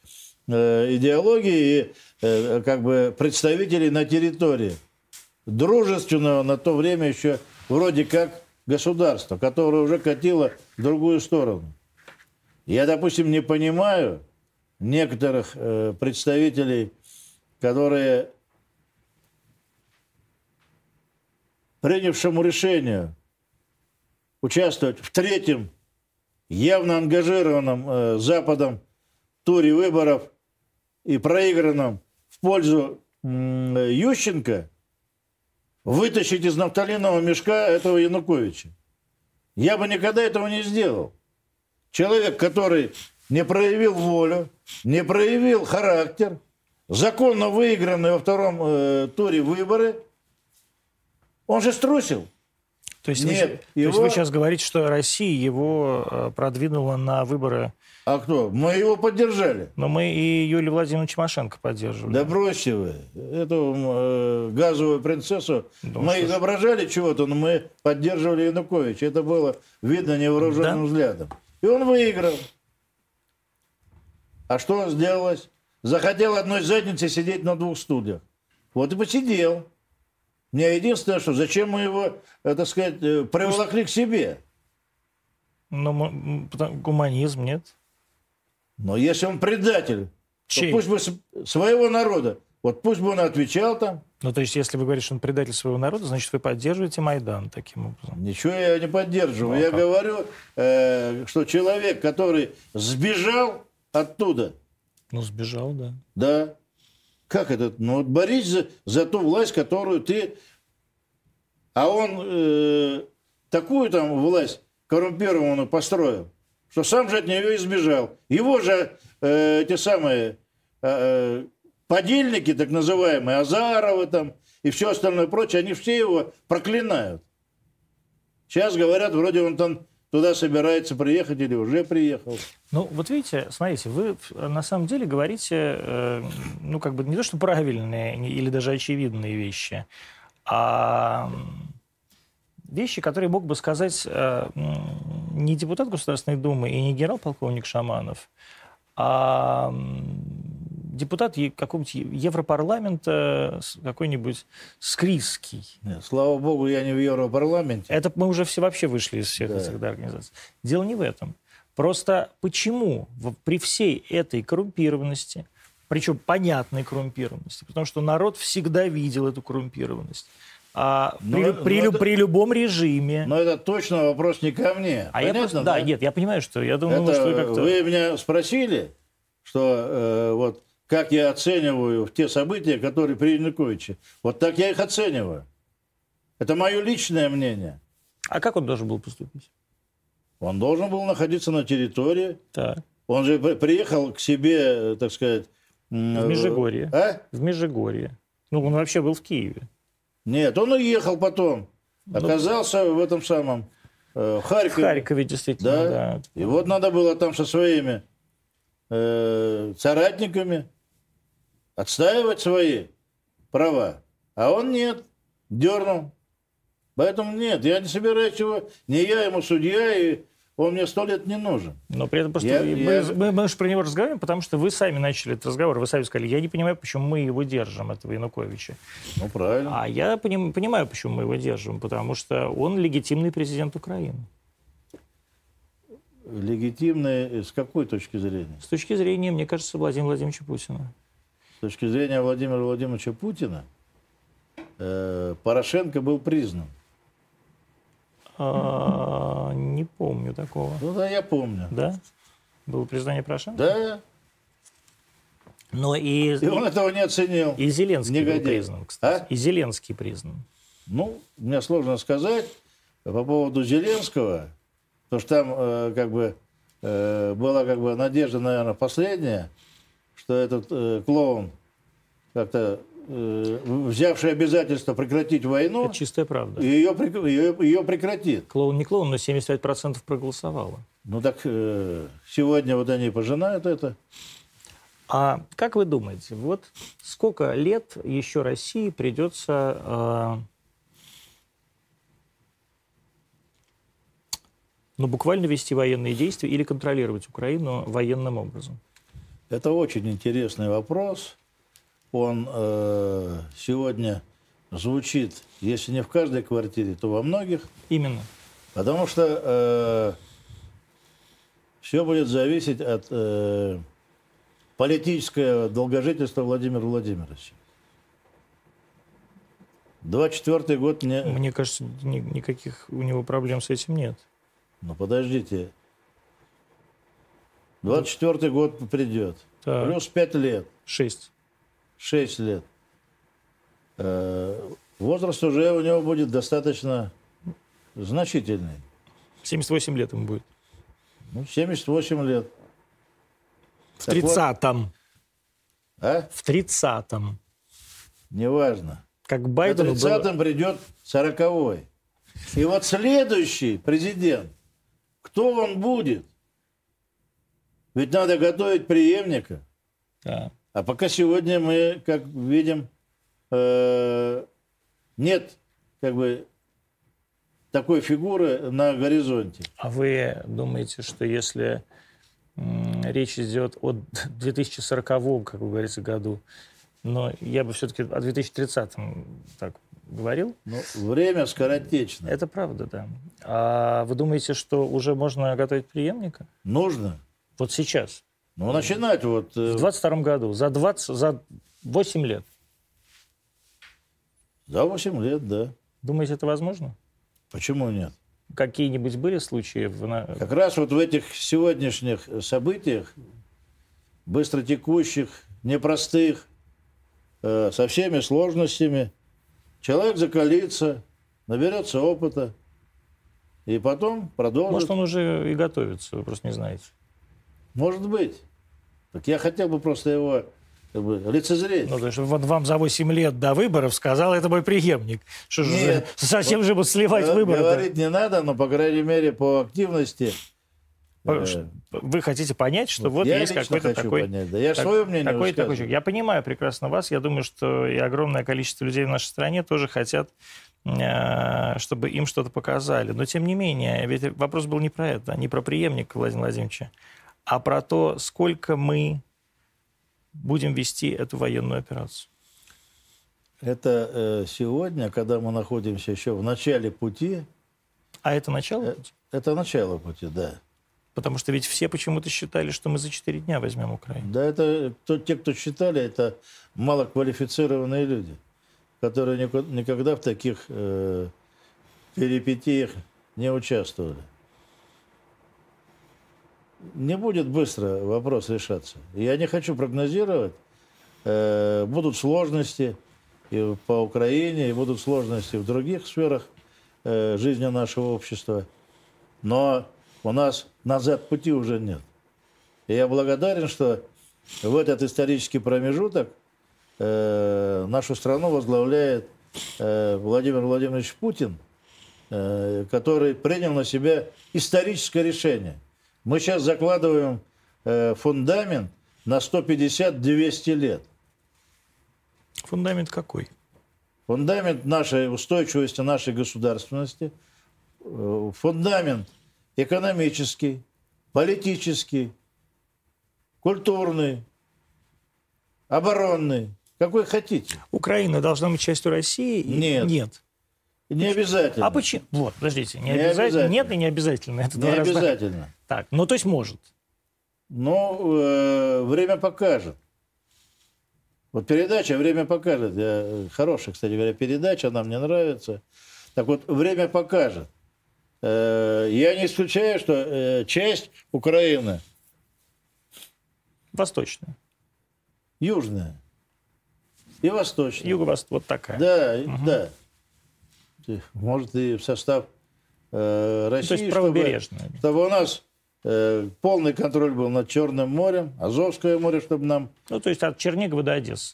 э, идеологии и э, как бы представителей на территории дружественного на то время еще вроде как государства, которое уже катило в другую сторону. Я, допустим, не понимаю некоторых э, представителей, которые принявшему решению участвовать в третьем явно ангажированном э, Западом туре выборов и проигранном в пользу э, Ющенко, вытащить из нафталинового мешка этого Януковича. Я бы никогда этого не сделал. Человек, который не проявил волю, не проявил характер, законно выигранные во втором э, туре выборы, он же струсил. То есть, Нет, вы, то его... есть вы сейчас говорите, что Россия его э, продвинула на выборы. А кто? Мы его поддержали. Но мы и Юлию Владимировну Тимошенко поддерживали. Да бросьте вы. Эту э, газовую принцессу. Да, мы изображали чего-то, но мы поддерживали Януковича. Это было видно невооруженным да? взглядом. И он выиграл. А что сделалось? Захотел одной задницей сидеть на двух стульях. Вот и посидел. Мне единственное, что зачем мы его, так сказать, приволокли к себе? Но гуманизм нет. Но если он предатель, Чей? то пусть бы своего народа, вот пусть бы он отвечал там. Ну, то есть, если вы говорите, что он предатель своего народа, значит, вы поддерживаете Майдан таким образом. Ничего я не поддерживаю. Ну, я как? говорю, э, что человек, который сбежал оттуда. Ну, сбежал, да. Да. Как это? Ну, вот борись за, за ту власть, которую ты... А он э, такую там власть коррумпированную построил, что сам же от нее избежал. Его же э, эти самые э, подельники, так называемые, Азаровы там и все остальное прочее, они все его проклинают. Сейчас говорят, вроде он там туда собирается приехать или уже приехал. Ну, вот видите, смотрите, вы на самом деле говорите, э, ну, как бы не то, что правильные или даже очевидные вещи, а вещи, которые мог бы сказать э, не депутат Государственной Думы и не генерал-полковник Шаманов, а депутат какого-нибудь Европарламента, какой-нибудь Скризский. Нет, слава богу, я не в Европарламенте. Это мы уже все вообще вышли из всех да. этих да, организаций. Дело не в этом. Просто почему при всей этой коррумпированности, причем понятной коррумпированности, потому что народ всегда видел эту коррумпированность, а но, при, но при, это, при любом режиме... Но это точно вопрос не ко мне. А я просто, да, да, нет, я понимаю, что я думаю, это, что вы как-то... Вы меня спросили, что э, вот как я оцениваю те события, которые при Януковиче. Вот так я их оцениваю. Это мое личное мнение. А как он должен был поступить? Он должен был находиться на территории. Так. Он же приехал к себе, так сказать... В Межигорье. А? В Межигорье. Ну, он вообще был в Киеве. Нет, он уехал потом. Оказался ну, в этом самом... Э, в Харькове. В Харькове, действительно, да. да. И вот надо было там со своими э, соратниками отстаивать свои права. А он нет. Дернул. Поэтому нет, я не собираюсь его, не я ему судья, и он мне сто лет не нужен. Но при этом просто я, мы, я... мы, мы же про него разговариваем, потому что вы сами начали этот разговор, вы сами сказали, я не понимаю, почему мы его держим, этого Януковича. Ну, правильно. А я поним, понимаю, почему мы его держим, потому что он легитимный президент Украины. Легитимный с какой точки зрения? С точки зрения, мне кажется, Владимира Владимировича Путина. С точки зрения Владимира Владимировича Путина, э, Порошенко был признан. А, не помню такого. Ну да, я помню. Да? Было признание Порошенко? Да. Но и, и он этого не оценил. И Зеленский Негодяй. был признан, кстати. А? И Зеленский признан. Ну, мне сложно сказать по поводу Зеленского, потому что там э, как бы э, была как бы надежда, наверное, последняя, что этот э, клоун как-то взявший обязательство прекратить войну, это чистая правда. Ее, ее, ее прекратит. Клоун не клоун, но семьдесят пять процентов проголосовало. Ну так э, сегодня вот они пожинают это. А как вы думаете, вот сколько лет еще России придется э, ну, буквально вести военные действия или контролировать Украину военным образом? Это очень интересный вопрос. Он э, сегодня звучит, если не в каждой квартире, то во многих. Именно. Потому что э, все будет зависеть от э, политического долгожительства Владимира Владимировича. двадцать четвёртый год мне... Мне кажется, ни, никаких у него проблем с этим нет. Ну, подождите. двадцать четвёртый год придет. Так. Плюс пять лет. Шесть. шесть лет. Э, возраст уже у него будет достаточно значительный. семьдесят восемь лет ему будет. Ну, семьдесят восемь лет. В Так вот, тридцатом. а? В тридцатом. Неважно. Как В Байдену было... тридцатом придет сороковой. И вот следующий президент, кто он будет? Ведь надо готовить преемника. Да. А пока сегодня мы, как видим, э, нет как бы такой фигуры на горизонте. А вы думаете, что если м, речь идет о две тысячи сороковом, как вы говорите, году, но я бы все-таки о две тысячи тридцатом так говорил? Ну, время скоротечно. Это правда, да. А вы думаете, что уже можно готовить преемника? Нужно. Вот сейчас? Ну, начинать вот... э, В двадцать втором году, за, двадцать, за восемь лет. За восемь лет, да. Думаете, это возможно? Почему нет? Какие-нибудь были случаи? В... Как раз вот в этих сегодняшних событиях, быстротекущих, непростых, э, со всеми сложностями, человек закалится, наберется опыта и потом продолжит. Может, он уже и готовится, вы просто не знаете. Может быть. Так я хотел бы просто его как бы лицезреть. Ну, то есть вот вам за восемь лет до выборов сказал, это мой преемник. Что же, Нет, совсем вот же будут сливать г- выборы? Говорить не надо, но, по крайней мере, по активности... э, Вы хотите понять, что вот я есть лично какой-то хочу такой... понять, да. Я так- свое мнение такой, такой высказываю. человек. Я понимаю прекрасно вас. Я думаю, что и огромное количество людей в нашей стране тоже хотят, э, чтобы им что-то показали. Но, тем не менее, ведь вопрос был не про это, не про преемника Владимира Владимировича, а про то, сколько мы будем вести эту военную операцию. Это э, сегодня, когда мы находимся еще в начале пути... А это начало э, пути? Это начало пути, да. Потому что ведь все почему-то считали, что мы за четыре дня возьмем Украину. Да, это кто, те, кто считали, это малоквалифицированные люди, которые нико- никогда в таких э, перипетиях не участвовали. Не будет быстро вопрос решаться. Я не хочу прогнозировать. Э, будут сложности и по Украине, и будут сложности в других сферах э, жизни нашего общества. Но у нас назад пути уже нет. И я благодарен, что в этот исторический промежуток э, нашу страну возглавляет э, Владимир Владимирович Путин, э, который принял на себя историческое решение. Мы сейчас закладываем э, фундамент на сто пятьдесят - двести лет. Фундамент какой? Фундамент нашей устойчивости, нашей государственности, э, фундамент экономический, политический, культурный, оборонный, какой хотите. Украина должна быть частью России? И... Нет. Нет. Не обязательно. А почему? Вот, подождите. Не, Не обязательно. обязательно. Нет и не обязательно. Это Не два разных- обязательно. Так, ну то есть может. Но э, время покажет. Вот передача «Время покажет». Я, хорошая, кстати говоря, передача, она мне нравится. Так вот, время покажет. Э, я не исключаю, что э, часть Украины Восточная. южная и восточная. Юго-восток. Вот такая. Да, да. Может, и в состав э, России, То есть чтобы, правобережная. чтобы у нас э, полный контроль был над Черным морем, Азовское море, чтобы нам... Ну, то есть от Чернигова до Одессы.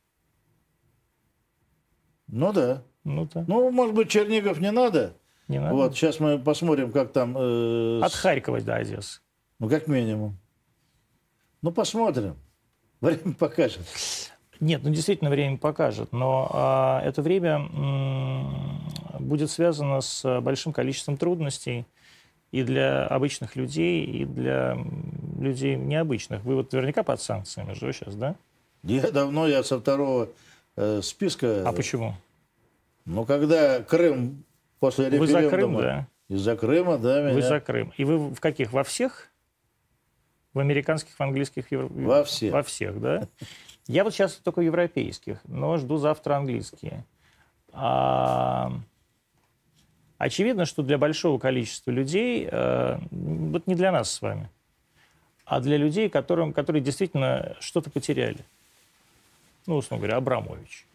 Ну да. Ну, да. Ну, может быть, Чернигов не надо. Не надо. Вот, сейчас мы посмотрим, как там... э, От с- Харькова до Одессы. Ну, как минимум. Ну, посмотрим. Время покажет. Нет, ну действительно время покажет, но а, это время м, будет связано с большим количеством трудностей и для обычных людей, и для м, людей необычных. Вы вот наверняка под санкциями же сейчас, да? Я давно, я со второго э, списка. А почему? Ну, когда Крым после Вы референдума... за Крым, да? Из-за Крыма, да, меня... Вы за Крым. И вы в каких? Во всех? В американских, в английских? Евро... Во всех. Во всех, да? Я вот сейчас только европейских, но жду завтра английские. А... Очевидно, что для большого количества людей, э, вот не для нас с вами, а для людей, которым, которые действительно что-то потеряли. Ну, условно говоря, Абрамович.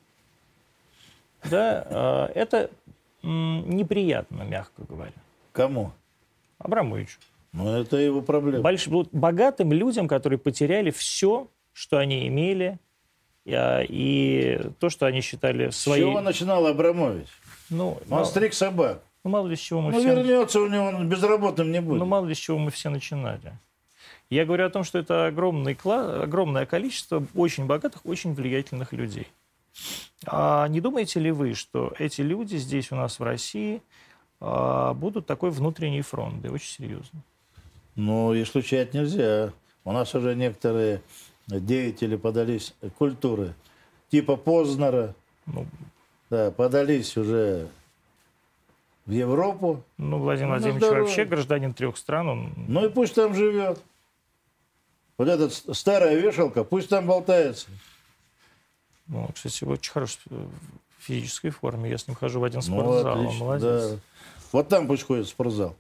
Да, э, это м, неприятно, мягко говоря. Кому? Абрамовичу. Ну, это его проблема. Больш... вот богатым людям, которые потеряли все, что они имели, и, и то, что они считали своей... С чего начинал Абрамович? Ну, Он мало... стриг собак. Ну, мало ли с чего мы Ну, все... вернется у него, он безработным не будет. Ну, мало ли с чего мы все начинали. Я говорю о том, что это огромный класс, огромное количество очень богатых, очень влиятельных людей. А не думаете ли вы, что эти люди здесь у нас в России а, будут такой внутренний фронт, да, очень серьезно? Ну, исключать нельзя. У нас уже некоторые деятели подались культуры, типа Познера, ну, да, подались уже в Европу. Ну, Владимир Ну, Владимирович здорово. вообще гражданин трех стран. Он... Ну и пусть там живет. Вот эта старая вешалка, пусть там болтается. Ну, кстати, очень хорош в физической форме. Я с ним хожу в один Ну, спортзал. Он отлично, молодец. да. Вот там пусть ходит в спортзал.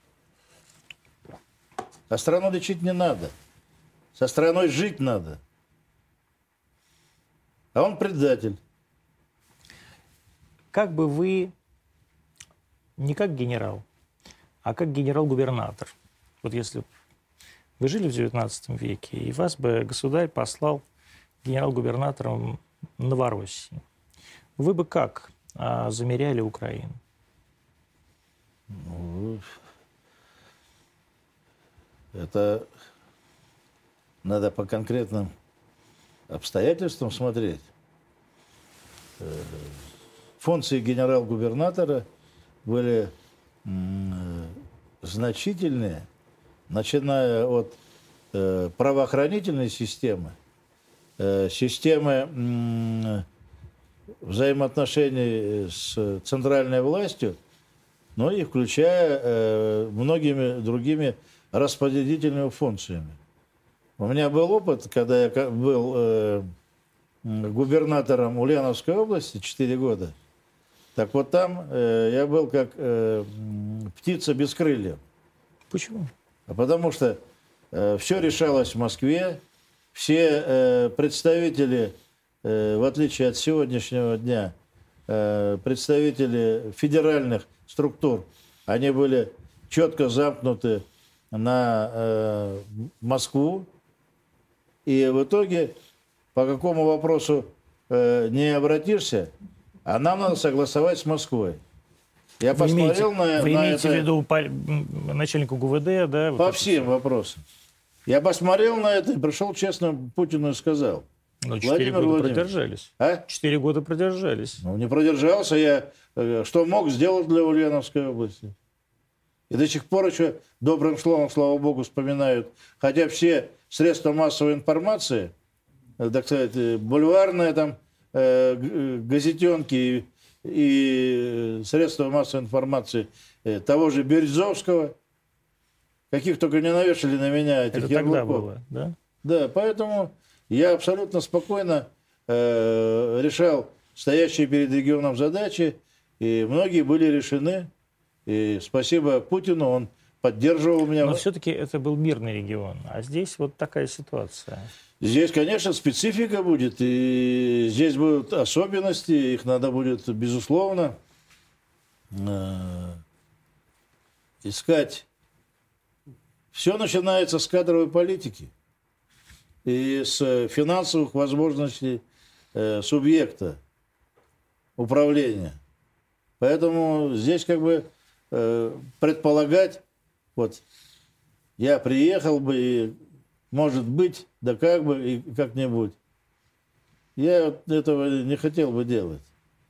А страну лечить не надо. Со страной жить надо. А он предатель. Как бы вы, не как генерал, а как генерал-губернатор, вот если бы вы жили в девятнадцатом веке, и вас бы государь послал генерал-губернатором Новороссии, вы бы как а, замеряли Украину? Ну, это надо по конкретным обстоятельствам смотреть. Функции генерал-губернатора были м, значительные, начиная от э, правоохранительной системы, э, системы м, взаимоотношений с центральной властью, но и включая э, многими другими распорядительными функциями. У меня был опыт, когда я был э, губернатором Ульяновской области четыре года. Так вот там э, я был как э, птица без крыльев. Почему? А потому что э, все решалось в Москве, все э, представители, э, в отличие от сегодняшнего дня, э, представители федеральных структур, они были четко замкнуты на э, Москву. И в итоге, по какому вопросу э, не обратишься, а нам надо согласовать с Москвой. Я вы посмотрел имеете, на, вы на имеете это... в виду по, начальника ГУВД, да? По всем вопросам. Я посмотрел на это и пришел честно Путину и сказал. Но четыре года продержались. А? Четыре года продержались. Ну, не продержался я. э, Что мог сделать для Ульяновской области? И до сих пор еще добрым словом, слава богу, вспоминают. Хотя все средства массовой информации, э, так сказать, э, бульварные там, э, г- газетенки и, и средства массовой информации э, того же Березовского, каких только не навешали на меня этих Это тогда ярлыков. было, да? Да, поэтому я абсолютно спокойно э, решал стоящие перед регионом задачи, и многие были решены. И спасибо Путину, он поддерживал меня. Но все-таки это был мирный регион, а здесь вот такая ситуация. Здесь, конечно, специфика будет, и здесь будут особенности, их надо будет, безусловно, э, искать. Все начинается с кадровой политики и с финансовых возможностей э, субъекта управления. Поэтому здесь как бы э, предполагать, вот я приехал бы и, может быть, да как бы и как-нибудь. Я вот этого не хотел бы делать.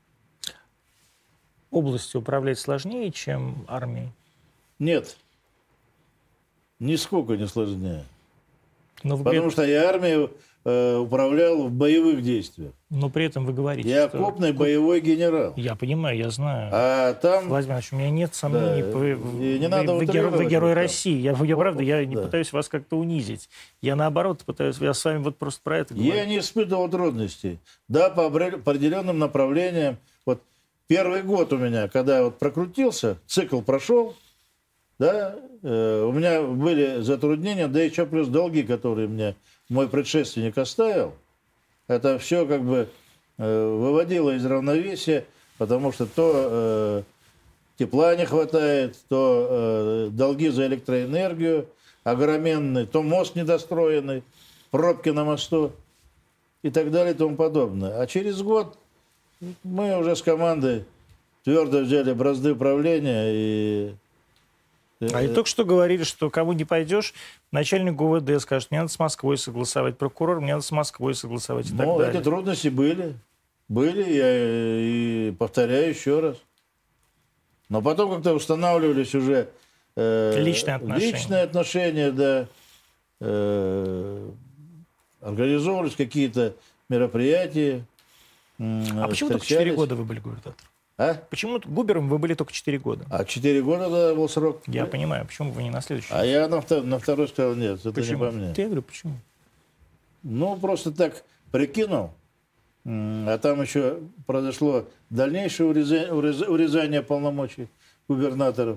Областью управлять сложнее, чем армией? Нет. Нисколько не сложнее. Но вы Потому при... что я армией э, управлял в боевых действиях. Но при этом вы говорите, Я что... окопный боевой генерал. Я понимаю, я знаю. А там... Владимир Ильич, у меня нет сомнений. Да, Вы, и вы, не надо вы, герой, вы герой России. Я, я правда, я не Да. пытаюсь вас как-то унизить. Я наоборот пытаюсь, я с вами вот просто про это говорю. Я не испытывал трудностей. Да, по определенным направлениям. Вот первый год у меня, когда вот прокрутился, цикл прошел, да, э, у меня были затруднения, да еще плюс долги, которые мне мой предшественник оставил. Это все как бы э, выводило из равновесия, потому что то э, тепла не хватает, то э, долги за электроэнергию огроменные, то мост недостроенный, пробки на мосту и так далее и тому подобное. А через год мы уже с командой твердо взяли бразды управления и... А и только что говорили, что кому не пойдешь, начальник ГУВД скажет, мне надо с Москвой согласовать, прокурор, мне надо с Москвой согласовать и так Ну, далее. эти трудности были. Были, я и повторяю еще раз. Но потом как-то устанавливались уже... Э, Личные отношения. Личные отношения, да. Э, организовывались какие-то мероприятия. А почему только четыре года вы были губернатором? А? Почему губером вы были только четыре года? А четыре года да, был срок. Я понимаю, почему вы не на следующий? А я на, втор, на второй сказал, нет, это Почему? не по мне. Я говорю, почему? Ну, просто так прикинул. А там еще произошло дальнейшее урезание, урезание полномочий губернаторов.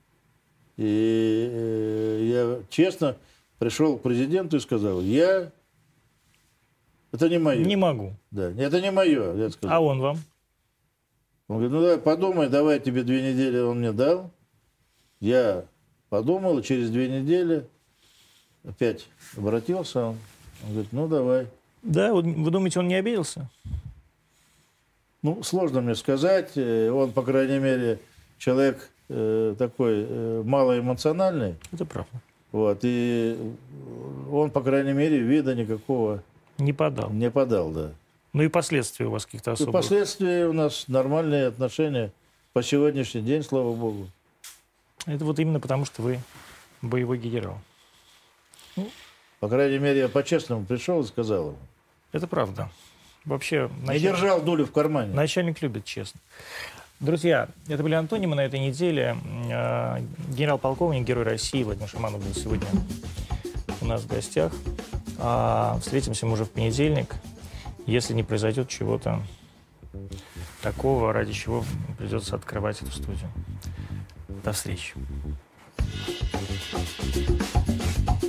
И э, я честно пришел к президенту и сказал, я... Это не мое. Не могу. Да, это не мое, я сказал. А он вам? Он говорит, ну давай подумай, давай тебе две недели. Он мне дал. Я подумал, и через две недели опять обратился. Он, он говорит, ну давай. Да, вы думаете, он не обиделся? Ну, сложно мне сказать. Он, по крайней мере, человек э, такой э, малоэмоциональный. Это правда. Вот, и он, по крайней мере, вида никакого не подал. Не подал, да. Ну и последствия у вас каких-то особых? И последствия у нас нормальные отношения по сегодняшний день, слава богу. Это вот именно потому, что вы боевой генерал. Ну, по крайней мере, я по-честному пришел и сказал ему. Это правда. Вообще... Не держал дулю в кармане. Начальник любит честно. Друзья, это были антонимы на этой неделе. Генерал-полковник, герой России Владимир Шаманов был сегодня у нас в гостях. А встретимся мы уже в понедельник, если не произойдет чего-то такого, ради чего придется открывать эту студию. До встречи.